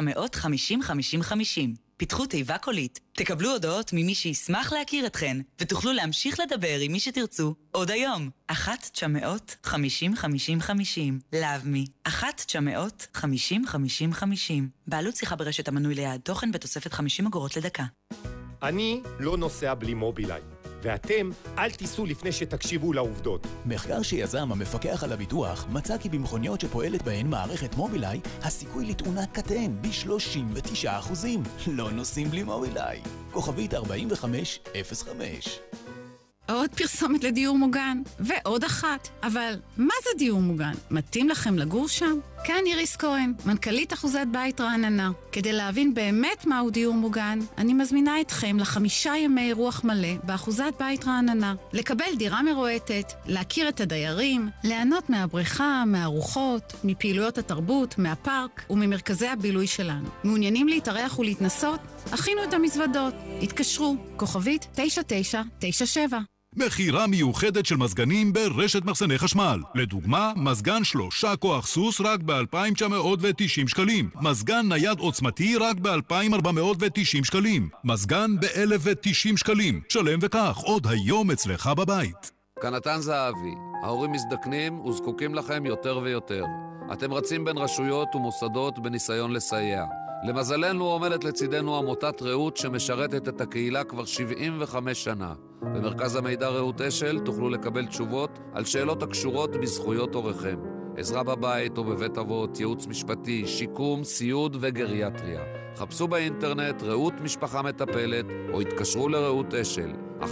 פיתחו תיבה קולית. תקבלו הודעות ממי שישמח להכיר אתכן, ותוכלו להמשיך לדבר עם מי שתרצו עוד היום. 1-950-5050. לאב-מי. 1-950-5050. בעלות שיחה ברשת המנוי ליד תוכן בתוספת 50 אגורות לדקה. אני לא נוסע בלי מובילאיי. ואתם, אל תיסעו לפני שתקשיבו לעובדות. מחקר שיזם המפקח על הביטוח מצא כי במכוניות שפועלת בהן מערכת מובילאיי, הסיכוי לתאונה קטן ב-39%. לא נוסעים בלי מובילאיי. כוכבית 4505. עוד פרסומת לדיור מוגן, ועוד אחת. אבל מה זה דיור מוגן? מתאים לכם לגור שם? כאן איריס כהן, מנכ"לית אחוזת בית רעננה. כדי להבין באמת מהו דיור מוגן, אני מזמינה אתכם ל5 ימי רוח מלא באחוזת בית רעננה. לקבל דירה מרועטת, להכיר את הדיירים, ליהנות מהבריכה, מהארוחות, מפעילויות התרבות, מהפארק וממרכזי הבילוי שלנו. מעוניינים להתארח ולהתנסות? הכינו את המזוודות. התקשרו, כוכבית 9997. מחירה מיוחדת של מזגנים ברשת מחסני חשמל. לדוגמה, מזגן 3 כוח סוס רק ב-2,990 שקלים. מזגן נייד עוצמתי רק ב-2,490 שקלים. מזגן ב-1,090 שקלים. שלם וכך, עוד היום אצלך בבית. כנתן זהבי, ההורים מזדקנים וזקוקים לכם יותר ויותר. אתם רצים בין רשויות ומוסדות בניסיון לסייע. למזלנו עומדת לצידנו עמותת רעות שמשרתת את הקהילה כבר 75 שנה. במרכז המידע רעות אשל תוכלו לקבל תשובות על שאלות הקשורות בזכויות הוריכם. עזרה בבית או בבית אבות, ייעוץ משפטי, שיקום, סיוד וגריאטריה. חפשו באינטרנט רעות משפחה מטפלת או התקשרו לרעות אשל 1-700-700-204.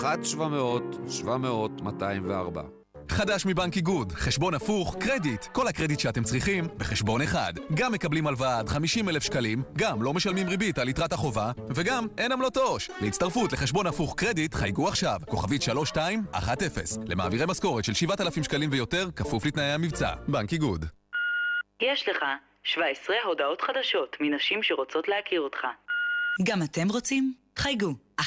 חדש מבנק איגוד, חשבון הפוך, קרדיט. כל הקרדיט שאתם צריכים בחשבון אחד. גם מקבלים הלוואה עד 50,000 שקלים, גם לא משלמים ריבית על יתרת החובה, וגם אין עמלות עו"ש. להצטרפות לחשבון הפוך קרדיט, חייגו עכשיו, כוכבית 3210. למעבירי משכורת של 7,000 שקלים ויותר, כפוף לתנאי המבצע. בנק איגוד. יש לך 17 הודעות חדשות מנשים שרוצות להכיר אותך. גם אתם רוצים? חייגו, 1-900-50-50-50.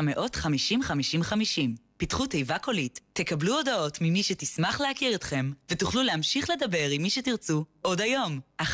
פיתחו תיבה קולית, תקבלו הודעות ממי שתשמח להכיר אתכם, ותוכלו להמשיך לדבר עם מי שתרצו עוד היום. 1-900-50-50-50.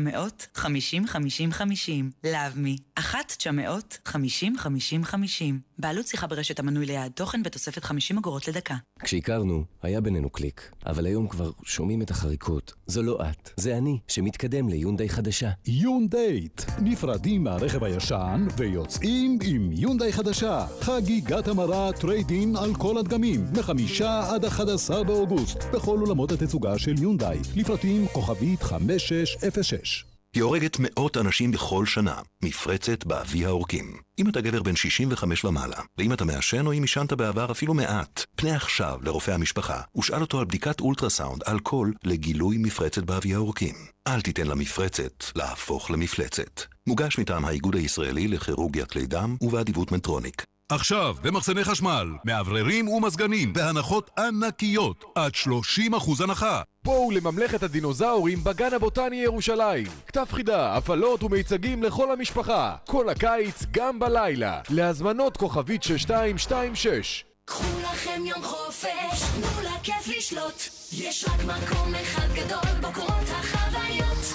להבמי. 1-900-50-50-50. בעלות שיחה ברשת המנוי ליד תוכן בתוספת 50 אגורות לדקה. כשהכרנו, היה בינינו קליק, אבל היום כבר שומעים את החריקות. זו לא את, זה אני, שמתקדם ליונדאי חדשה. יונדייט, נפרדים מהרכב הישן ויוצאים עם יונדאי חדשה. חגיגת המרה טריידין על כל הדגמים, מ5 עד 11 באוגוסט, בכל עולמות התצוגה של יונדאי, לפרטים כוכבית 5606. היא הורגת מאות אנשים בכל שנה, מפרצת באבי העורקים. אם אתה גבר בן 65 ומעלה, ואם אתה מעשן או אם ישנת בעבר אפילו מעט, פנה עכשיו לרופא המשפחה, ושאל אותו על בדיקת אולטרסאונד על כל לגילוי מפרצת באבי העורקים. אל תיתן למפרצת להפוך למפלצת. מוגש מטעם האיגוד הישראלי לכירורגיית כלי דם ובאדיבות מנטרוניק. עכשיו, במחסני חשמל, מאווררים ומזגנים, בהנחות ענקיות, עד 30% הנחה. בואו לממלכת הדינוזאורים בגן הבוטני ירושלים. כתב חידה, הפעלות ומיצגים לכל המשפחה. כל הקיץ, גם בלילה. להזמנות כוכבית 6226. קחו לכם יום חופש, תנו לה כיף לשלוט. יש רק מקום אחד גדול בקורות החוויות.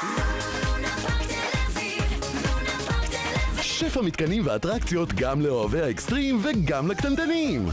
שפע מתקנים ואטרקציות גם לאוהבי האקסטרים וגם לקטנטנים.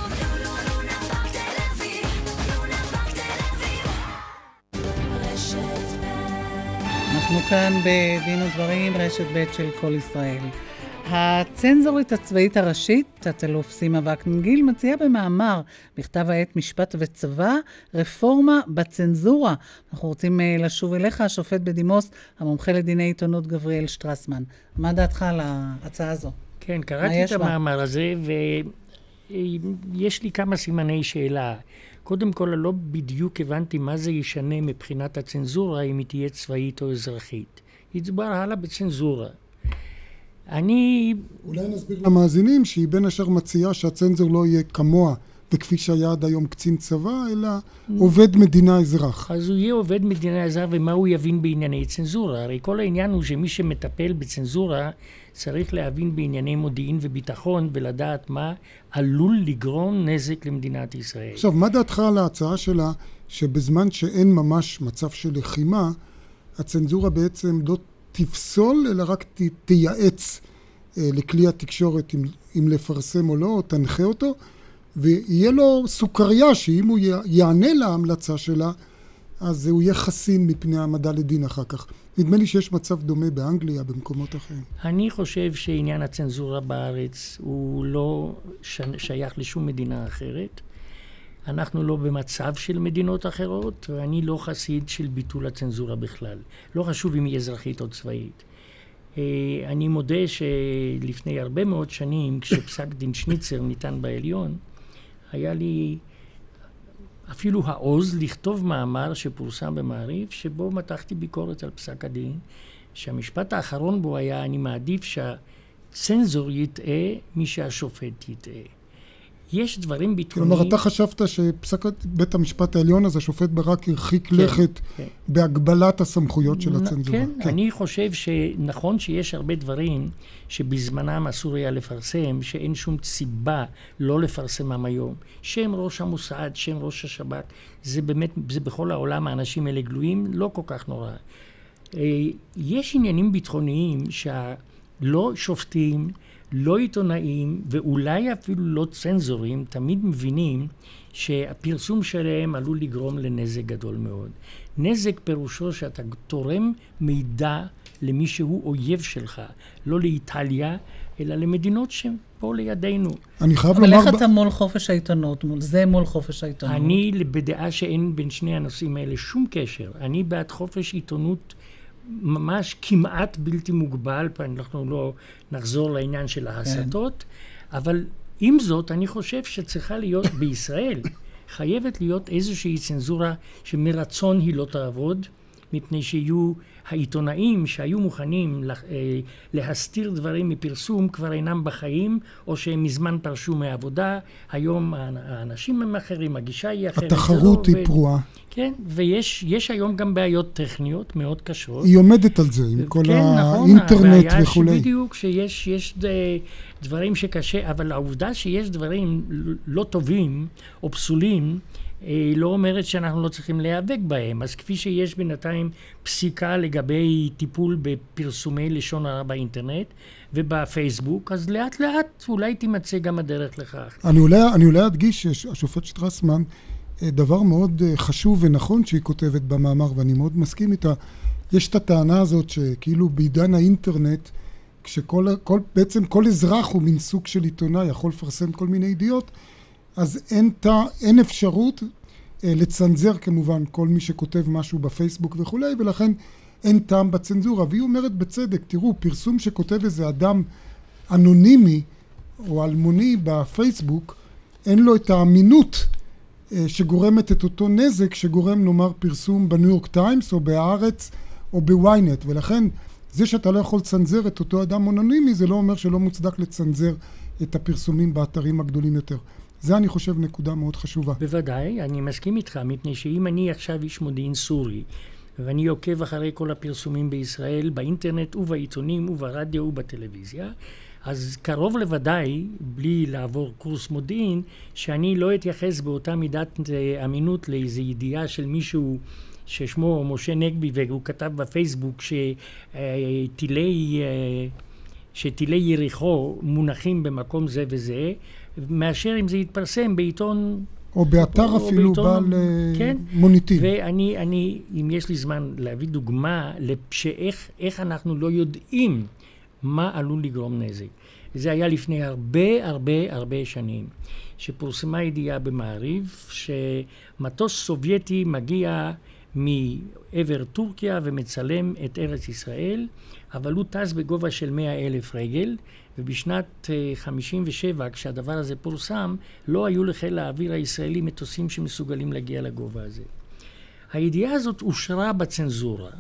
אנחנו כאן בדין ודברים, רשת ב' של כל ישראל. הצנזורית הצבאית הראשית, תת-אלוף סימה וקנין-גיל, מציעה במאמר בכתב העת משפט וצבא, רפורמה בצנזורה. אנחנו רוצים לשוב אליך, השופט בדימוס, המומחה לדיני עיתונות גבריאל שטרסמן. מה דעתך על ההצעה הזו? כן, קראתי את המאמר הזה, ויש לי כמה סימני שאלה. קודם כל, לא בדיוק הבנתי מה זה ישנה מבחינת הצנזורה, אם היא תהיה צבאית או אזרחית. ידבר הלאה בצנזורה. אולי נסביר למאזינים שהיא בין השאר מציעה שהצנזור לא יהיה כמוה וכפי שהיה עד היום קצין צבא, אלא עובד מדינה אזרח. אז הוא יהיה עובד מדינה אזרח, ומה הוא יבין בענייני צנזורה? הרי כל העניין הוא שמי שמטפל בצנזורה צריך להבין בענייני מודיעין וביטחון ולדעת מה עלול לגרום נזק למדינת ישראל. עכשיו, מה דעתך על ההצעה שלה שבזמן שאין ממש מצב של לחימה, הצנזורה בעצם לא תפסול, אלא רק תייעץ לכלי התקשורת אם לפרסם או לא, או תנחה אותו, ויהיה לו סוכריה שאם הוא יענה להמלצה שלה, אז הוא יהיה חסין מפני העמדה לדין אחר כך. נדמה לי שיש מצב דומה באנגליה, במקומות אחרים. אני חושב שעניין הצנזורה בארץ הוא לא שייך לשום מדינה אחרת. אנחנו לא במצב של מדינות אחרות, ואני לא חסיד של ביטול הצנזורה בכלל. לא חשוב אם היא אזרחית או צבאית. אני מודה שלפני הרבה מאוד שנים, כשפסק דין שניצר ניתן בעליון, היה לי אפילו העוז לכתוב מאמר שפורסם במעריב, שבו מתחתי ביקורת על פסק הדין, שהמשפט האחרון בו היה, אני מעדיף שהצנזור יטעה מי שהשופט יטעה. יש דברים ביטחוניים... כלומר, אתה חשבת שפסק בית המשפט העליון, אז השופט ברק הרחיק לכת בהגבלת הסמכויות של הצנזורה. כן, אני חושב שנכון שיש הרבה דברים שבזמנם אסור היה לפרסם, שאין שום סיבה לא לפרסמם היום. שם ראש המוסד, שם ראש השב"כ, זה באמת, זה בכל העולם, האנשים האלה גלויים, לא כל כך נורא. יש עניינים ביטחוניים שלא שופטים, לא עיתונאים ואולי אפילו לא צנזורים תמיד מבינים שהפרסום שלהם עלול לגרום לנזק גדול מאוד. נזק פירושו שאתה תורם מידע למי שהוא אויב שלך, לא לאיטליה, אלא למדינות שפה לידינו. אני חייב לומר... אבל איך אתה מול חופש העיתונות? מול חופש העיתונות? אני בדעה שאין בין שני הנושאים האלה שום קשר. אני בעד חופש עיתונות ממש כמעט בלתי מוגבל, אנחנו לא נחזור לעניין של ההסתות, אבל עם זאת אני חושב שצריכה להיות בישראל, חייבת להיות איזושהי צנזורה שמרצון היא לא תעבוד, מפני שיהיו העיתונאים שהיו מוכנים להסתיר דברים מפרסום כבר אינם בחיים, או שהם מזמן פרשו מעבודה. היום האנשים הם אחרים, הגישה היא אחרת. התחרות היא פרועה. כן, ויש היום גם בעיות טכניות מאוד קשות. היא עומדת על זה, עם כל האינטרנט וכו'. בדיוק, שיש דברים שקשה, אבל העובדה שיש דברים לא טובים או פסולים, לא אומרת שאנחנו לא צריכים להיאבק בהם. אז כפי שיש בינתיים פסיקה לגבי טיפול בפרסומי לשון הרע באינטרנט ובפייסבוק, אז לאט לאט אולי תימצא גם הדרך לכך. אני אולי אדגיש שהשופט שטרסמן, דבר מאוד חשוב ונכון שהיא כותבת במאמר, ואני מאוד מסכים איתה, יש את הטענה הזאת שכאילו בעידן האינטרנט, בעצם כל אזרח הוא מין סוג של עיתונאי, יכול לפרסם כל מיני ידיעות, אז אין אפשרות לצנזר כמובן כל מי שכותב משהו בפייסבוק וכו', ולכן אין טעם בצנזורה. והיא אומרת בצדק, תראו, פרסום שכותב איזה אדם אנונימי או אלמוני בפייסבוק, אין לו את האמינות שגורמת את אותו נזק שגורם נאמר פרסום בניו יורק טיימס או בהארץ או בוויינט, ולכן זה שאתה לא יכול לצנזר את אותו אדם אנונימי, זה לא אומר שלא מוצדק לצנזר את הפרסומים באתרים הגדולים יותר. זה אני חושב נקודה מאוד חשובה. בוודאי, אני מסכים איתך, מפני שאם אני עכשיו איש מודיעין סורי, ואני עוקב אחרי כל הפרסומים בישראל, באינטרנט ובעיתונים וברדיו ובטלוויזיה, אז קרוב לוודאי, בלי לעבור קורס מודיעין, שאני לא אתייחס באותה מידת אמינות לאיזו ידיעה של מישהו ששמו משה נגבי, והוא כתב בפייסבוק שטילי יריחו מונחים במקום זה וזה, מאשר אם זה יתפרסם בעיתון... או באתר אפילו בעל מוניטין. ואני, אם יש לי זמן להביא דוגמה, איך אנחנו לא יודעים מה עלול לגרום נזק. זה היה לפני הרבה שנים, שפורסמה ידיעה במעריב, שמטוס סובייטי מגיע מעבר טורקיה ומצלם את ארץ ישראל, אבל הוא טס בגובה של 100,000 רגל, ובשנת 57, כשהדבר הזה פורסם, לא היו לחיל האוויר הישראלי מטוסים שמסוגלים להגיע לגובה הזה. הידיעה הזאת אושרה בצנזורה,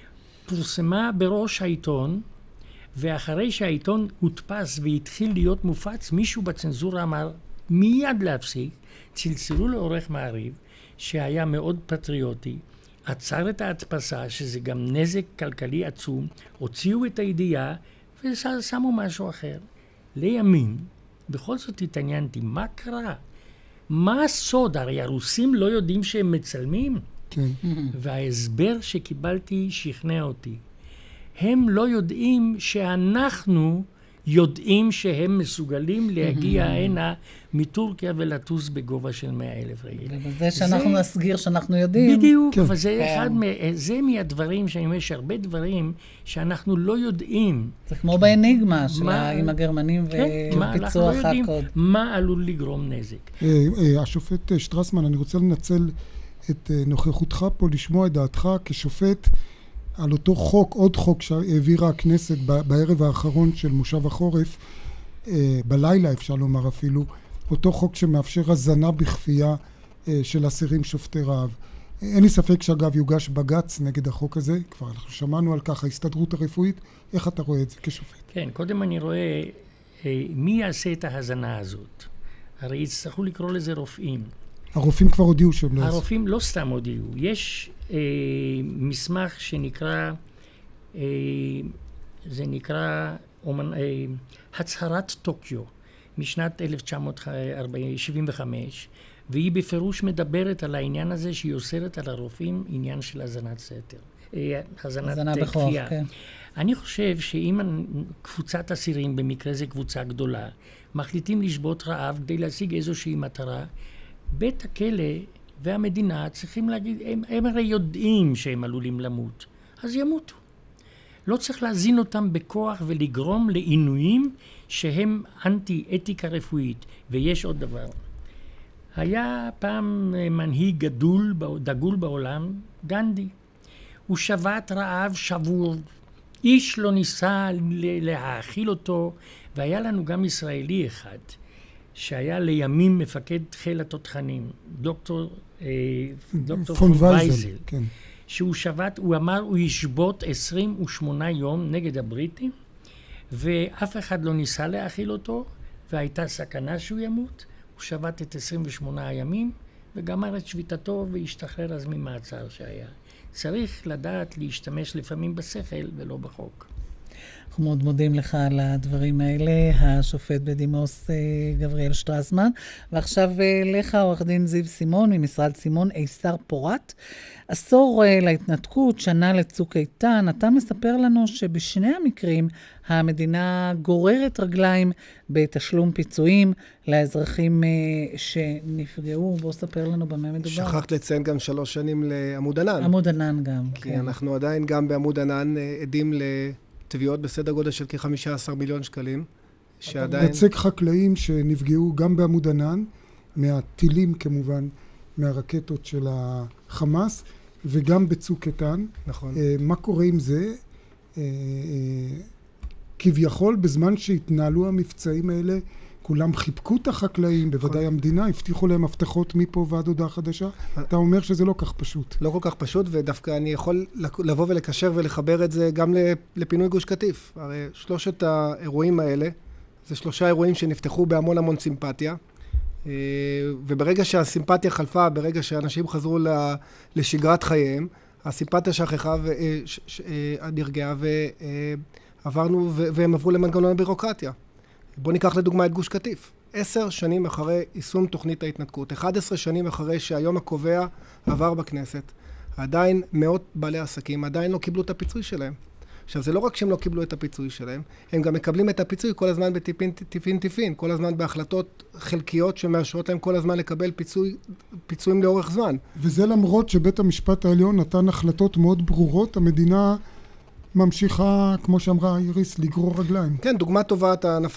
פורסמה בראש העיתון, ואחרי שהעיתון הודפס והתחיל להיות מופץ, מישהו בצנזורה אמר מיד להפסיק, צלצלו לעורך מעריב, שהיה מאוד פטריוטי, עצר את ההדפסה, שזה גם נזק כלכלי עצום, הוציאו את הידיעה ושמו משהו אחר. לימים, בכל זאת התעניינתי, מה קרה? מה הסוד? הרי הרוסים לא יודעים שהם מצלמים. כן. וההסבר שקיבלתי שכנע אותי. הם לא יודעים שאנחנו יודעים שהם מסוגלים להגיע הנה מטורקיה ולטוס בגובה של 100,000 רגל. זה שאנחנו נסגיר שאנחנו יודעים. בדיוק, אבל זה מהדברים שאני אומר שהרבה דברים שאנחנו לא יודעים. זה כמו באניגמה עם הגרמנים ופיצוח הקוד. מה עלול לגרום נזק? השופט שטרסמן, אני רוצה לנצל את נוכחותך פה לשמוע את דעתך כשופט על אותו חוק, עוד חוק שהעבירה הכנסת בערב האחרון של מושב החורף, בלילה אפשר לומר אפילו, אותו חוק שמאפשר הזנה בכפייה של אסירים שופטי רעב. אין לי ספק שאגב יוגש בג"ץ נגד החוק הזה, כבר אנחנו שמענו על כך, ההסתדרות הרפואית, איך אתה רואה את זה כשופט? כן, קודם אני רואה מי יעשה את ההזנה הזאת. הרי יצטרכו לקרוא לזה רופאים. הרופאים כבר הודיעו שהם לא יעשו. הרופאים לא סתם הודיעו. יש מסמך שנקרא, זה נקרא הצהרת טוקיו משנת 1975, והיא בפירוש מדברת על העניין הזה שהיא אוסרת על הרופאים עניין של הזנת סתר. הזנת כפייה. כן. אני חושב שאם קבוצת אסירים, במקרה זה קבוצה גדולה, מחליטים לשבות רעב כדי להשיג איזושהי מטרה, בית הכלא והמדינה צריכים להגיד, הם הרי יודעים שהם עלולים למות, אז ימותו. לא צריך להזין אותם בכוח ולגרום לעינויים שהם אנטי-אתיקה רפואית. ויש עוד דבר. היה פעם מנהיג דגול בעולם, גנדי. הוא שבת רעב שבור. איש לא ניסה להאכיל אותו, והיה לנו גם ישראלי אחד, שהיה לימים מפקד חיל התותחנים, דוקטור פון וייזל, כן. שהוא שבת, הוא אמר, הוא ישבות 28 יום נגד הבריטים, ואף אחד לא ניסה להאכיל אותו, והייתה סכנה שהוא ימות. הוא שבת את 28 הימים, וגמר את שביתתו והשתחרר אז ממעצר שהיה. צריך לדעת להשתמש לפעמים בשכל ולא בחוק. אנחנו מאוד מודים לך על הדברים האלה, השופט בדימוס גבריאל שטרסמן. ועכשיו לך, עורך דין זיו סימון, ממשרד סימון איסר פורט. עשור להתנתקות, שנה לצוק איתן. אתה מספר לנו שבשני המקרים המדינה גוררת רגליים בתשלום פיצויים לאזרחים שנפגעו. בוא ספר לנו במה מדובר. שכחת לציין גם 3 שנים לעמוד ענן. עמוד ענן גם, כי כן. אנחנו עדיין גם בעמוד ענן עדים לתביעות בסדר גודל של כ-15 מיליון שקלים. שעדיין... נציג חקלאים שנפגעו גם בעמוד ענן, מהטילים כמובן, מהרקטות של החמאס, וגם בצוק איתן. נכון. מה קורה עם זה? כביכול, בזמן שהתנהלו המבצעים האלה, כולם חיבקו את החקלאים, בוודאי המדינה, הבטיחו להם הבטחות מפה ועד הודעה חדשה. אתה אומר שזה לא כך פשוט. לא כל כך פשוט, ודווקא אני יכול לבוא ולקשר ולחבר את זה גם לפינוי גוש קטיף. הרי 3 האירועים האלה, זה 3 אירועים שנפתחו בהמון סימפתיה, וברגע שהסימפתיה חלפה, ברגע שאנשים חזרו לשגרת חייהם, הסימפתיה שכחה נרגעה ועברנו, והם עברו למנגנון הבירוקרטיה. בוא ניקח לדוגמה את גוש קטיף. 10 שנים אחרי יישום תוכנית ההתנתקות, 11 שנים אחרי שהיום הקובע עבר בכנסת, עדיין מאות בעלי עסקים עדיין לא קיבלו את הפיצוי שלהם. עכשיו, זה לא רק שהם לא קיבלו את הפיצוי שלהם, הם גם מקבלים את הפיצוי כל הזמן בטיפין, כל הזמן בהחלטות חלקיות שמאשרות להם כל הזמן לקבל פיצויים לאורך זמן. וזה למרות שבית המשפט העליון נתן החלטות מאוד ברורות, המדינה ממשיכה, כמו שאמרה איריס, לגרור רגליים. כן, דוגמה טובה,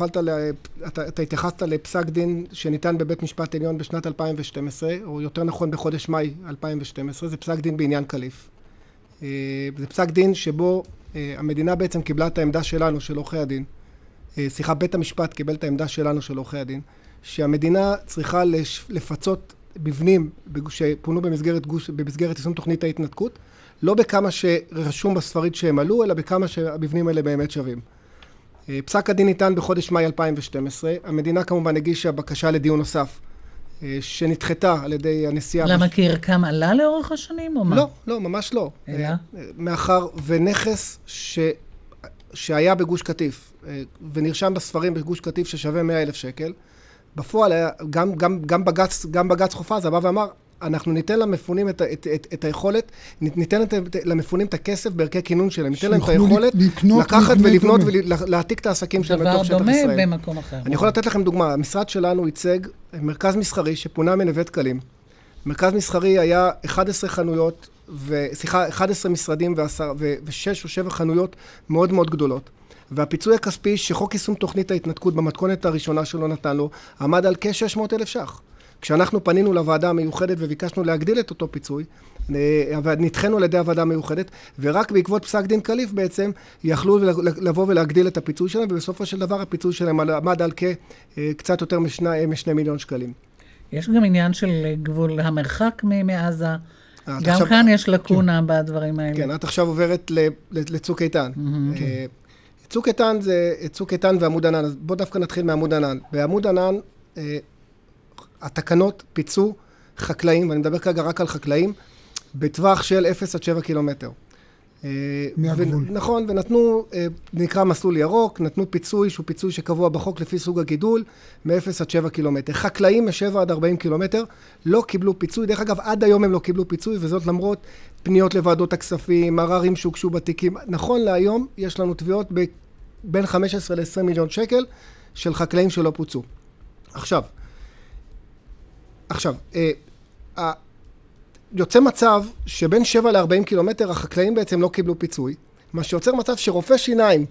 אתה התייחסת לפסק דין שניתן בבית משפט עליון בשנת 2012, או יותר נכון בחודש מאי 2012, זה פסק דין בעניין קליף. זה פסק דין שבו המדינה בעצם קיבלה את העמדה שלנו, של עורכי הדין. בית המשפט קיבל את העמדה שלנו, של עורכי הדין, שהמדינה צריכה לפצות מבנים שפונו במסגרת יישום תוכנית ההתנתקות, לא בכמה שרשום בספרית שהם עלו, אלא בכמה שהמבנים האלה באמת שווים. פסק הדין ניתן בחודש מאי 2012, המדינה כמובן הגישה בקשה לדיון נוסף, שנדחתה על ידי הנשיאה. למה? כי ערכם עלה לאורך השנים או מה? לא, ממש לא. אלא? מאחר ונכס שהיה בגוש קטיף, ונרשם בספרים בגוש קטיף ששווה 100,000 שקל, בפועל היה, גם בג"ץ חופזה בא ואמר, אנחנו ניתן למפונים את היכולת, ניתן למפונים את הכסף בערכי כינון שלהם, ניתן להם את היכולת לקחת ולבנות ולהעתיק את העסקים שלהם בתוך שטח ישראל. דבר דומה במקום אחר. אני יכול לתת לכם דוגמה, המשרד שלנו ייצג מרכז מסחרי שפונה מנווה דקלים. מרכז מסחרי היה 11 משרדים ו6 או 7 חנויות מאוד מאוד גדולות. והפיצוי הכספי שחוק יישום תוכנית ההתנתקות במתכונת הראשונה שלו נתן לו, עמד על כ-600,000 ש"ח. כשאנחנו פנינו לוועדה המיוחדת וביקשנו להגדיל את אותו פיצוי, נדחנו על ידי הוועדה המיוחדת, ורק בעקבות פסק דין קליף בעצם יכלו לבוא ולהגדיל את הפיצוי שלהם, ובסופו של דבר הפיצוי שלהם עמד על קצת יותר מ2 מיליון שקלים. יש גם עניין של גבול המרחק מעזה, גם כאן יש לקונה בדברים האלה. כן, את עכשיו עוברת לצוק איתן. צוק איתן ועמוד ענן, אז בוא דווקא נתחיל מעמוד ענן. בעמוד ענן, התקנות פיצו חקלאים, ואני מדבר כרגע רק על חקלאים, בטווח של 0 עד 7 קילומטר. מהגבול. נכון, ונתנו, נקרא מסלול ירוק, נתנו פיצוי, שהוא פיצוי שקבוע בחוק לפי סוג הגידול, מ-0 עד 7 קילומטר. חקלאים מ-7 עד 40 קילומטר לא קיבלו פיצוי, דרך אגב, עד היום הם לא קיבלו פיצוי, וזאת למרות פניות לוועדות הכספים, עררים שהוגשו בתיקים. נכון להיום, יש לנו תביעות בין 15 ל-20 מיליון שקל של חקלאים שלא פוצו. עכשיו, יוצא מצב שבין 7 ל-40 קילומטר החקלאים בעצם לא קיבלו פיצוי, מה שיוצר מצב שרופא שיניים,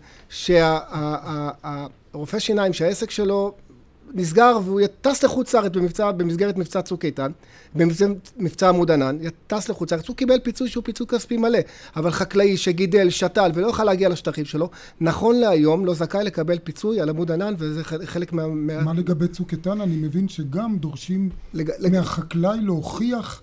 רופא שיניים שהעסק שלו נסגר והוא יטס לחוץ לארץ במסגרת מבצע צוק איתן, במבצע עמוד ענן, יטס לחוץ לארץ, הוא קיבל פיצוי שהוא פיצוי כספי מלא, אבל חקלאי שגידל, שתל ולא יוכל להגיע לשטחים שלו, נכון להיום לא זכאי לקבל פיצוי על עמוד ענן, וזה חלק מה לגבי צוק איתן? אני מבין שגם דורשים מהחקלאי להוכיח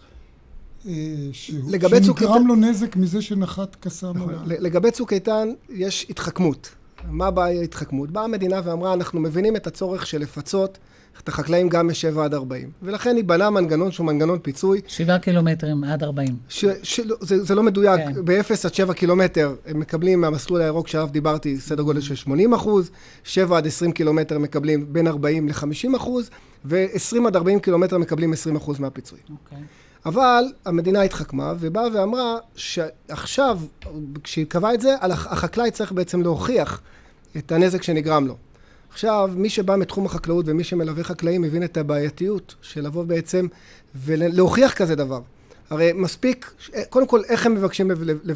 שנגרם לו נזק מזה שנחת קסאם עליו. לגבי צוק איתן יש התחכמות. מה הבעיה התחכמות? באה המדינה ואמרה, אנחנו מבינים את הצורך של לפצות את החקלאים גם מ7 עד 40. ולכן היא בנה מנגנון שהוא מנגנון פיצוי. 7 קילומטרים עד 40. זה לא מדויק. ב-0 עד 7 קילומטר הם מקבלים מהמסלול הירוק שעליו דיברתי סדר גודל של 80%, 7 עד 20 קילומטר מקבלים בין 40 ל-50%, ו-20 עד 40 קילומטר מקבלים 20% מהפיצוי. אבל המדינה התחכמה ובאה ואמרה שעכשיו, כשהיא קבעה את זה, החקלאי צריך בעצם להוכיח את הנזק שנגרם לו. עכשיו, מי שבא מתחום החקלאות ומי שמלווה חקלאים מבין את הבעייתיות של לבוא בעצם ולהוכיח כזה דבר. הרי מספיק, קודם כל, איך הם מבקשים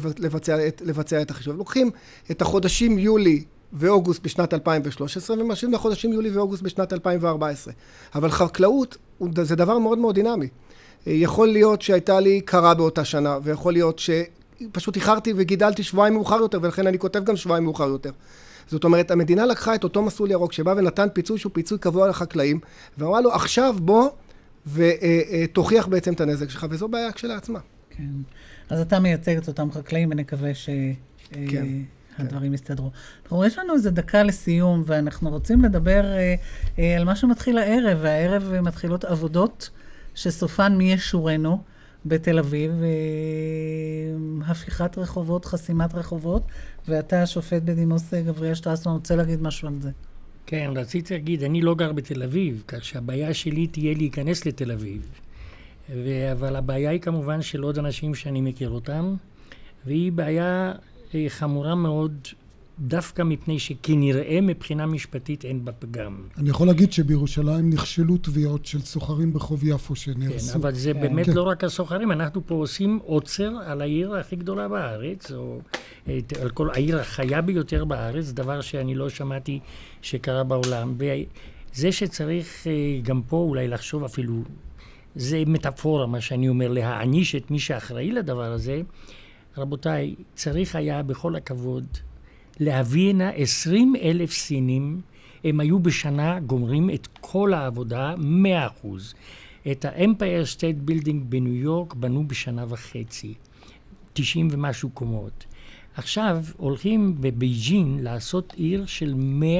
לבצע את החישוב? לוקחים את החודשים יולי ואוגוסט בשנת 2013 ומשווים לחודשים יולי ואוגוסט בשנת 2014. אבל חקלאות זה דבר מאוד מאוד דינמי. יכול להיות שהייתה לי קרה באותה שנה, ויכול להיות שפשוט איחרתי וגידלתי שבועיים מאוחר יותר, ולכן אני כותב גם שבועיים מאוחר יותר. זאת אומרת, המדינה לקחה את אותו מסלול ירוק, שבא ונתן פיצוי שהוא פיצוי קבוע לחקלאים, ואמרה לו, עכשיו בוא ותוכיח בעצם את הנזק שלך, וזו בעיה כשלעצמה. כן. אז אתה מייצג את אותם חקלאים, ונקווה שהדברים יסתדרו. יש לנו איזה דקה לסיום, ואנחנו רוצים לדבר על מה שמתחיל הערב, והערב מתחילות עבודות, שסופן מי ישורנו בתל אביב, הפיכת רחובות, חסימת רחובות, ואתה השופט בדימוס גבריאל שטרסמן, רוצה להגיד משהו על זה? כן, רציתי להגיד, אני לא גר בתל אביב, כך שהבעיה שלי תהיה להיכנס לתל אביב. אבל הבעיה היא כמובן של עוד אנשים שאני מכיר אותם, והיא בעיה חמורה מאוד, דווקא מפני שכנראה מבחינה משפטית אין בה פגם. אני יכול להגיד שבירושלים נכשלו תביעות של סוחרים ברחוב יפו שנהרסו. כן, אבל זה באמת לא רק הסוחרים, אנחנו פה עושים עוצר על העיר הכי גדולה בארץ, או על כל העיר החיה ביותר בארץ, דבר שאני לא שמעתי שקרה בעולם. וזה שצריך גם פה אולי לחשוב אפילו, זה מטאפורה מה שאני אומר, להעניש את מי שאחראי לדבר הזה. רבותיי, צריך היה בכל הכבוד להביא הנה 20,000 סינים, הם היו בשנה גומרים את כל העבודה 100%. את האמפייר סטייט בילדינג בניו יורק בנו בשנה וחצי, 90 ומשהו קומות. עכשיו הולכים בבייג'ין לעשות עיר של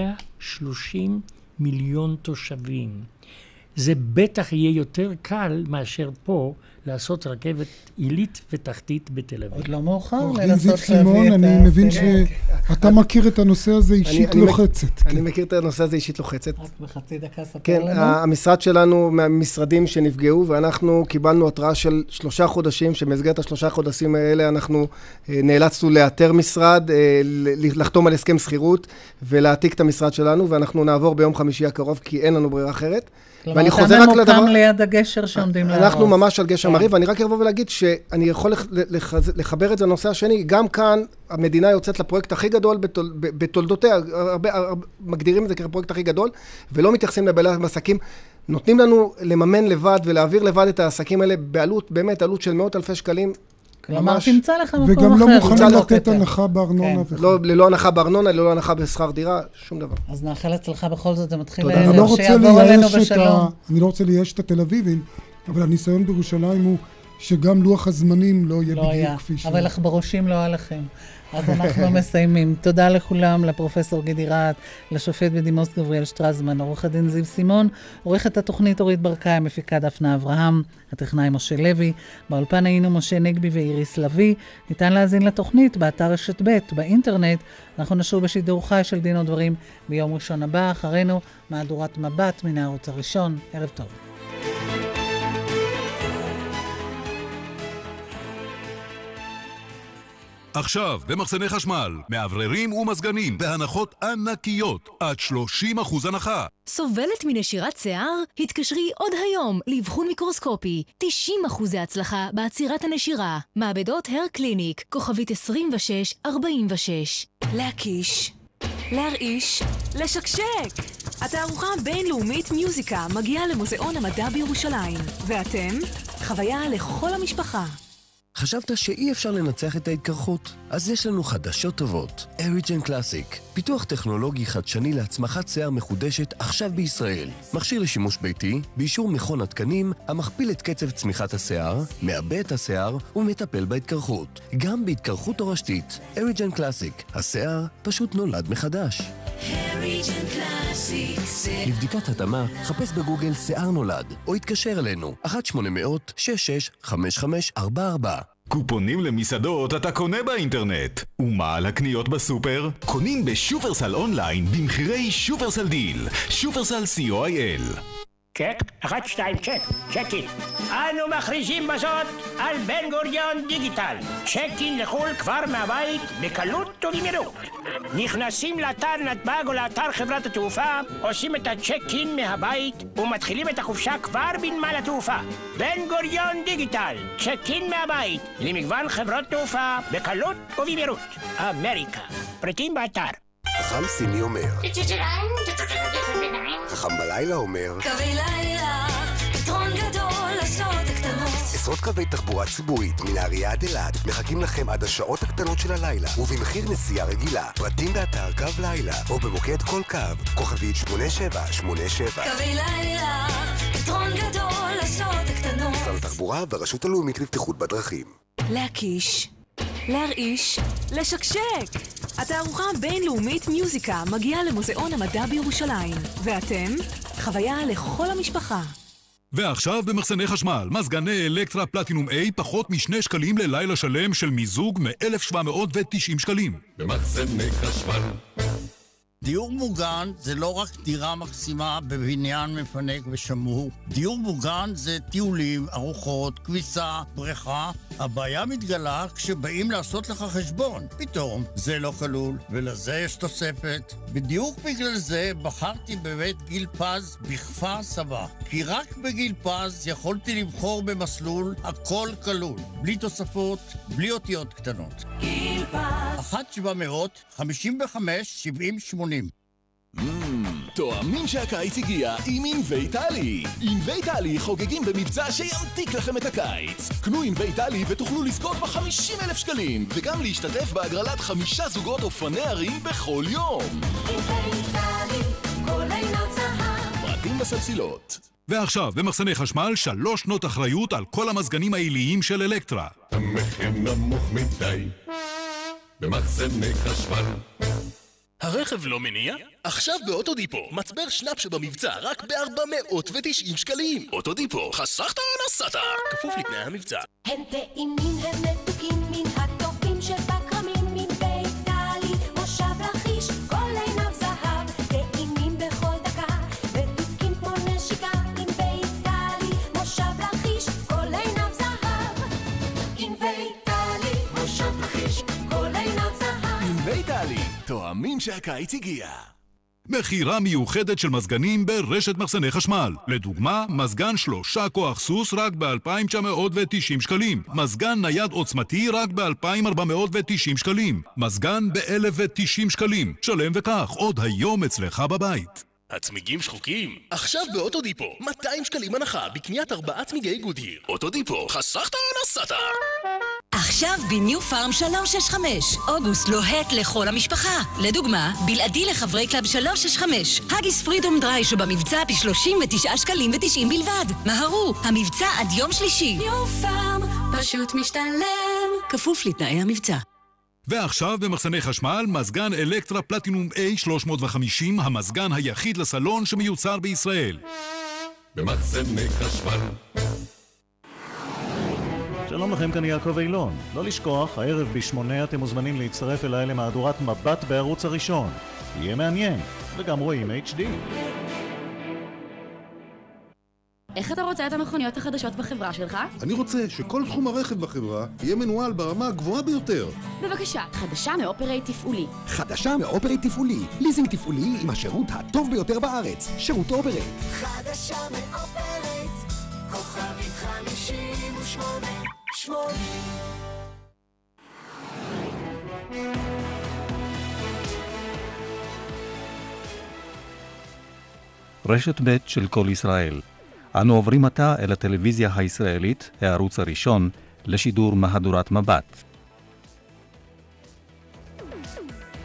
130 מיליון תושבים. זה בטח יהיה יותר קל מאשר פה לעשות רכבת עילית ותחתית בתל אביב. עוד לא מאוחר לנסות להביא את אני מבין שאתה מכיר את הנושא הזה אישית לוחצת. אני מכיר את הנושא הזה אישית לוחצת. רק בחצי דקה ספר לנו. כן, המשרד שלנו מהמשרדים שנפגעו, ואנחנו קיבלנו התראה של 3 חודשים, שמסגרת ה3 חודשים האלה אנחנו נאלצנו לאתר משרד, לחתום על הסכם שכירות, ולהעתיק את המשרד שלנו, ואנחנו נעבור ביום חמישי הקרוב, כי אין לנו ברירה אחרת. כלומר, אתה ממוקם ליד הגשר שעומדים להרוס. אנחנו ממש על גשר מריב, ואני רק אבוא ולהגיד שאני יכול לחבר את זה לנושא השני. גם כאן המדינה יוצאת לפרויקט הכי גדול בתולדותיה, מגדירים את זה כפרויקט הכי גדול, ולא מתייחסים לבעלי העסקים. נותנים לנו לממן לבד ולהעביר לבד את העסקים האלה בעלות, באמת עלות של מאות אלפי שקלים. כלומר, תמצא לך מקום אחר. וגם לא מוכנים לתת הנחה בארנונה. ללא הנחה בארנונה, ללא הנחה בשכר דירה, שום דבר. אז נאחל אצלך בכל זאת, זה מתחיל שיעבור עלינו בשלום. אני לא רוצה לייאש את התל אביבים, אבל הניסיון בירושלים הוא שגם לוח הזמנים לא יהיה בדיוק כפי ש... אבל בראשים לא עליכם. אז אנחנו מסיימים. תודה לכולם, לפרופסור גידי רהט, לשופט בדימוס גבריאל שטרסמן, עורך הדין זיו סימון, עורכת התוכנית אורית ברקאי, מפיקה דפנה אברהם, הטכנאי משה לוי, באולפן היינו משה נגבי ואיריס לוי. ניתן להאזין לתוכנית באתר רשת ב' באינטרנט. אנחנו נשוב בשידור חי של דין ודברים ביום ראשון הבא, אחרינו מהדורת מבט מן הערוץ הראשון. ערב טוב. עכשיו, במחסני חשמל, מאווררים ומזגנים, בהנחות ענקיות, עד 30% הנחה. סובלת מנשירת שיער? התקשרי עוד היום לאבחון מיקרוסקופי. 90% הצלחה בעצירת הנשירה. מעבדות הר קליניק, כוכבית 2646. להקיש, להרעיש, לשקשק. התערוכה הבינלאומית מיוזיקה מגיעה למוזיאון המדע בירושלים. ואתם? חוויה לכל המשפחה. חשבת שאי אפשר לנצח את ההתקרחות? אז יש לנו חדשות טובות. אריג'ן קלאסיק, פיתוח טכנולוגי חדשני להצמחת שיער מחודשת עכשיו בישראל. מכשיר לשימוש ביתי, באישור מכון התקנים, המכפיל את קצב צמיחת השיער, מעבה את השיער ומטפל בהתקרחות. גם בהתקרחות תורשתית. אריג'ן קלאסיק, השיער פשוט נולד מחדש. אריג'ן קלאסיק. לבדיקת התאמה, חפש בגוגל שיער נולד, או התקשר אלינו, 1-800-66-5544. קופונים למסעדות אתה קונה באינטרנט. ומה על הקניות בסופר? קונים בשופרסל אונליין במחירי שופרסל דיל. שופרסל co.il. צ'ק, 1, 2, צ'ק, צ'קין. אנו מכריזים בזאת על בן גוריון דיגיטל. צ'קין לחול כבר מהבית בקלות ובמהירות. נכנסים לאתר נתב"ג או לאתר חברת התעופה, עושים את הצ'קין מהבית ומתחילים את החופשה כבר בנמל התעופה. בן גוריון דיגיטל, צ'קין מהבית למגוון חברות תעופה בקלות ובמהירות. אמריקה, פריטים באתר. חכם סיני אומר, חכם בלילה אומר, קווי לילה, פתרון גדול לשעות הקטנות. עשרות קווי תחבורה ציבורית מנהריה עד אילת מחכים לכם עד השעות הקטנות של הלילה ובמחיר נסיעה רגילה. פרטים באתר קו לילה או במוקד כל קו, כוכבית 8787. קווי לילה, פתרון גדול לשעות הקטנות. משרד התחבורה והרשות הלאומית לבטיחות בדרכים. להקיש, להרעיש, לשקשק. התערוכה הבינלאומית מיוזיקה מגיעה למוזיאון המדע בירושלים. ואתם? חוויה לכל המשפחה. ועכשיו במחסני חשמל, מזגני אלקטרה פלטינום A פחות מ2 שקלים ללילה שלם של מיזוג מ-1,790 שקלים. במחסני חשמל. דיור מוגן זה לא רק דירה מקסימה בבניין מפנק ושמור. דיור מוגן זה טיולים, ארוחות, כביסה, בריכה. הבעיה מתגלה כשבאים לעשות לך חשבון. פתאום זה לא כלול, ולזה יש תוספת. בדיוק בגלל זה בחרתי בבית גיל פז בכפר סבא. כי רק בגיל פז יכולתי לבחור במסלול הכל כלול. בלי תוספות, בלי אותיות קטנות. גיל פז 1-700-55-70-80. תואמים שהקיץ הגיע עם אינוויטלי. אינוויטלי חוגגים במבצע שימתיק לכם את הקיץ. קנו אינוויטלי ותוכלו לזכות ב50,000 שקלים וגם להשתתף בהגרלת 5 זוגות אופני הרים בכל יום. אינוויטלי, כל עינות זהב. פרטים בסלסילות. ועכשיו במחסני חשמל 3 שנות אחריות על כל המזגנים העיליים של אלקטרה. המחיר נמוך מדי במחסני חשמל. הרכב לא מניע? עכשיו באוטודיפו, מצבר שנאפ שבמבצע רק ב-490 שקלים. אוטודיפו, חסכת או נסעת? כפוף לתנאי המבצע. הם טעימים, הם מתוקים מן הטובים שבקרמים, מן ביתלי, מושב לכיש, כל עיניו זהב. טעימים בכל דקה, מתוקים כמו נשיקה, מן ביתלי, מושב לכיש, כל עיניו זהב. עם ביתלי, מושב לכיש, כל עיניו זהב. עם ביתלי, תואמים שהקיץ הגיע. מחירה מיוחדת של מזגנים ברשת מחסני חשמל. לדוגמה, מזגן 3 כוח סוס רק ב-2,990 שקלים. מזגן נייד עוצמתי רק ב-2,490 שקלים. מזגן ב-1,090 שקלים. שלם וכך, עוד היום אצלך בבית. הצמיגים שחוקים? עכשיו באוטודיפו, 200 שקלים הנחה בקניית 4 צמיגי גודהיר. אוטודיפו, חסכת או נסעת? עכשיו בניו פארם 365. אוגוסט לוהט לכל המשפחה. לדוגמה, בלעדי לחברי קלאב 365. הגיס פרידום דריי שבמבצע ב-39 שקלים ו90 בלבד. מהרו, המבצע עד יום שלישי. ניו פארם, פשוט משתלם. כפוף לתנאי המבצע. ועכשיו במחסני חשמל, מזגן אלקטרה פלטינום A350, המזגן היחיד לסלון שמיוצר בישראל. במחסני חשמל. שלום לכם, כאן יעקב אילון. לא לשכוח, הערב ב8 אתם מוזמנים להצטרף אליי למהדורת מבט בערוץ הראשון. יהיה מעניין, וגם רואים HD. איך אתה רוצה את המכוניות החדשות בחברה שלך? אני רוצה שכל תחום הרכב בחברה יהיה מנוהל ברמה הגבוהה ביותר. בבקשה, חדשה מאופרייט תפעולי. חדשה מאופרייט תפעולי. ליזינג תפעולי עם השירות הטוב ביותר בארץ. שירות אופרייט. חדשה מאופרייט, כוכבית 5880. רשת ב' של כל ישראל. אנו עוברים עתה אל הטלוויזיה הישראלית, הערוץ הראשון, לשידור מהדורת מבט.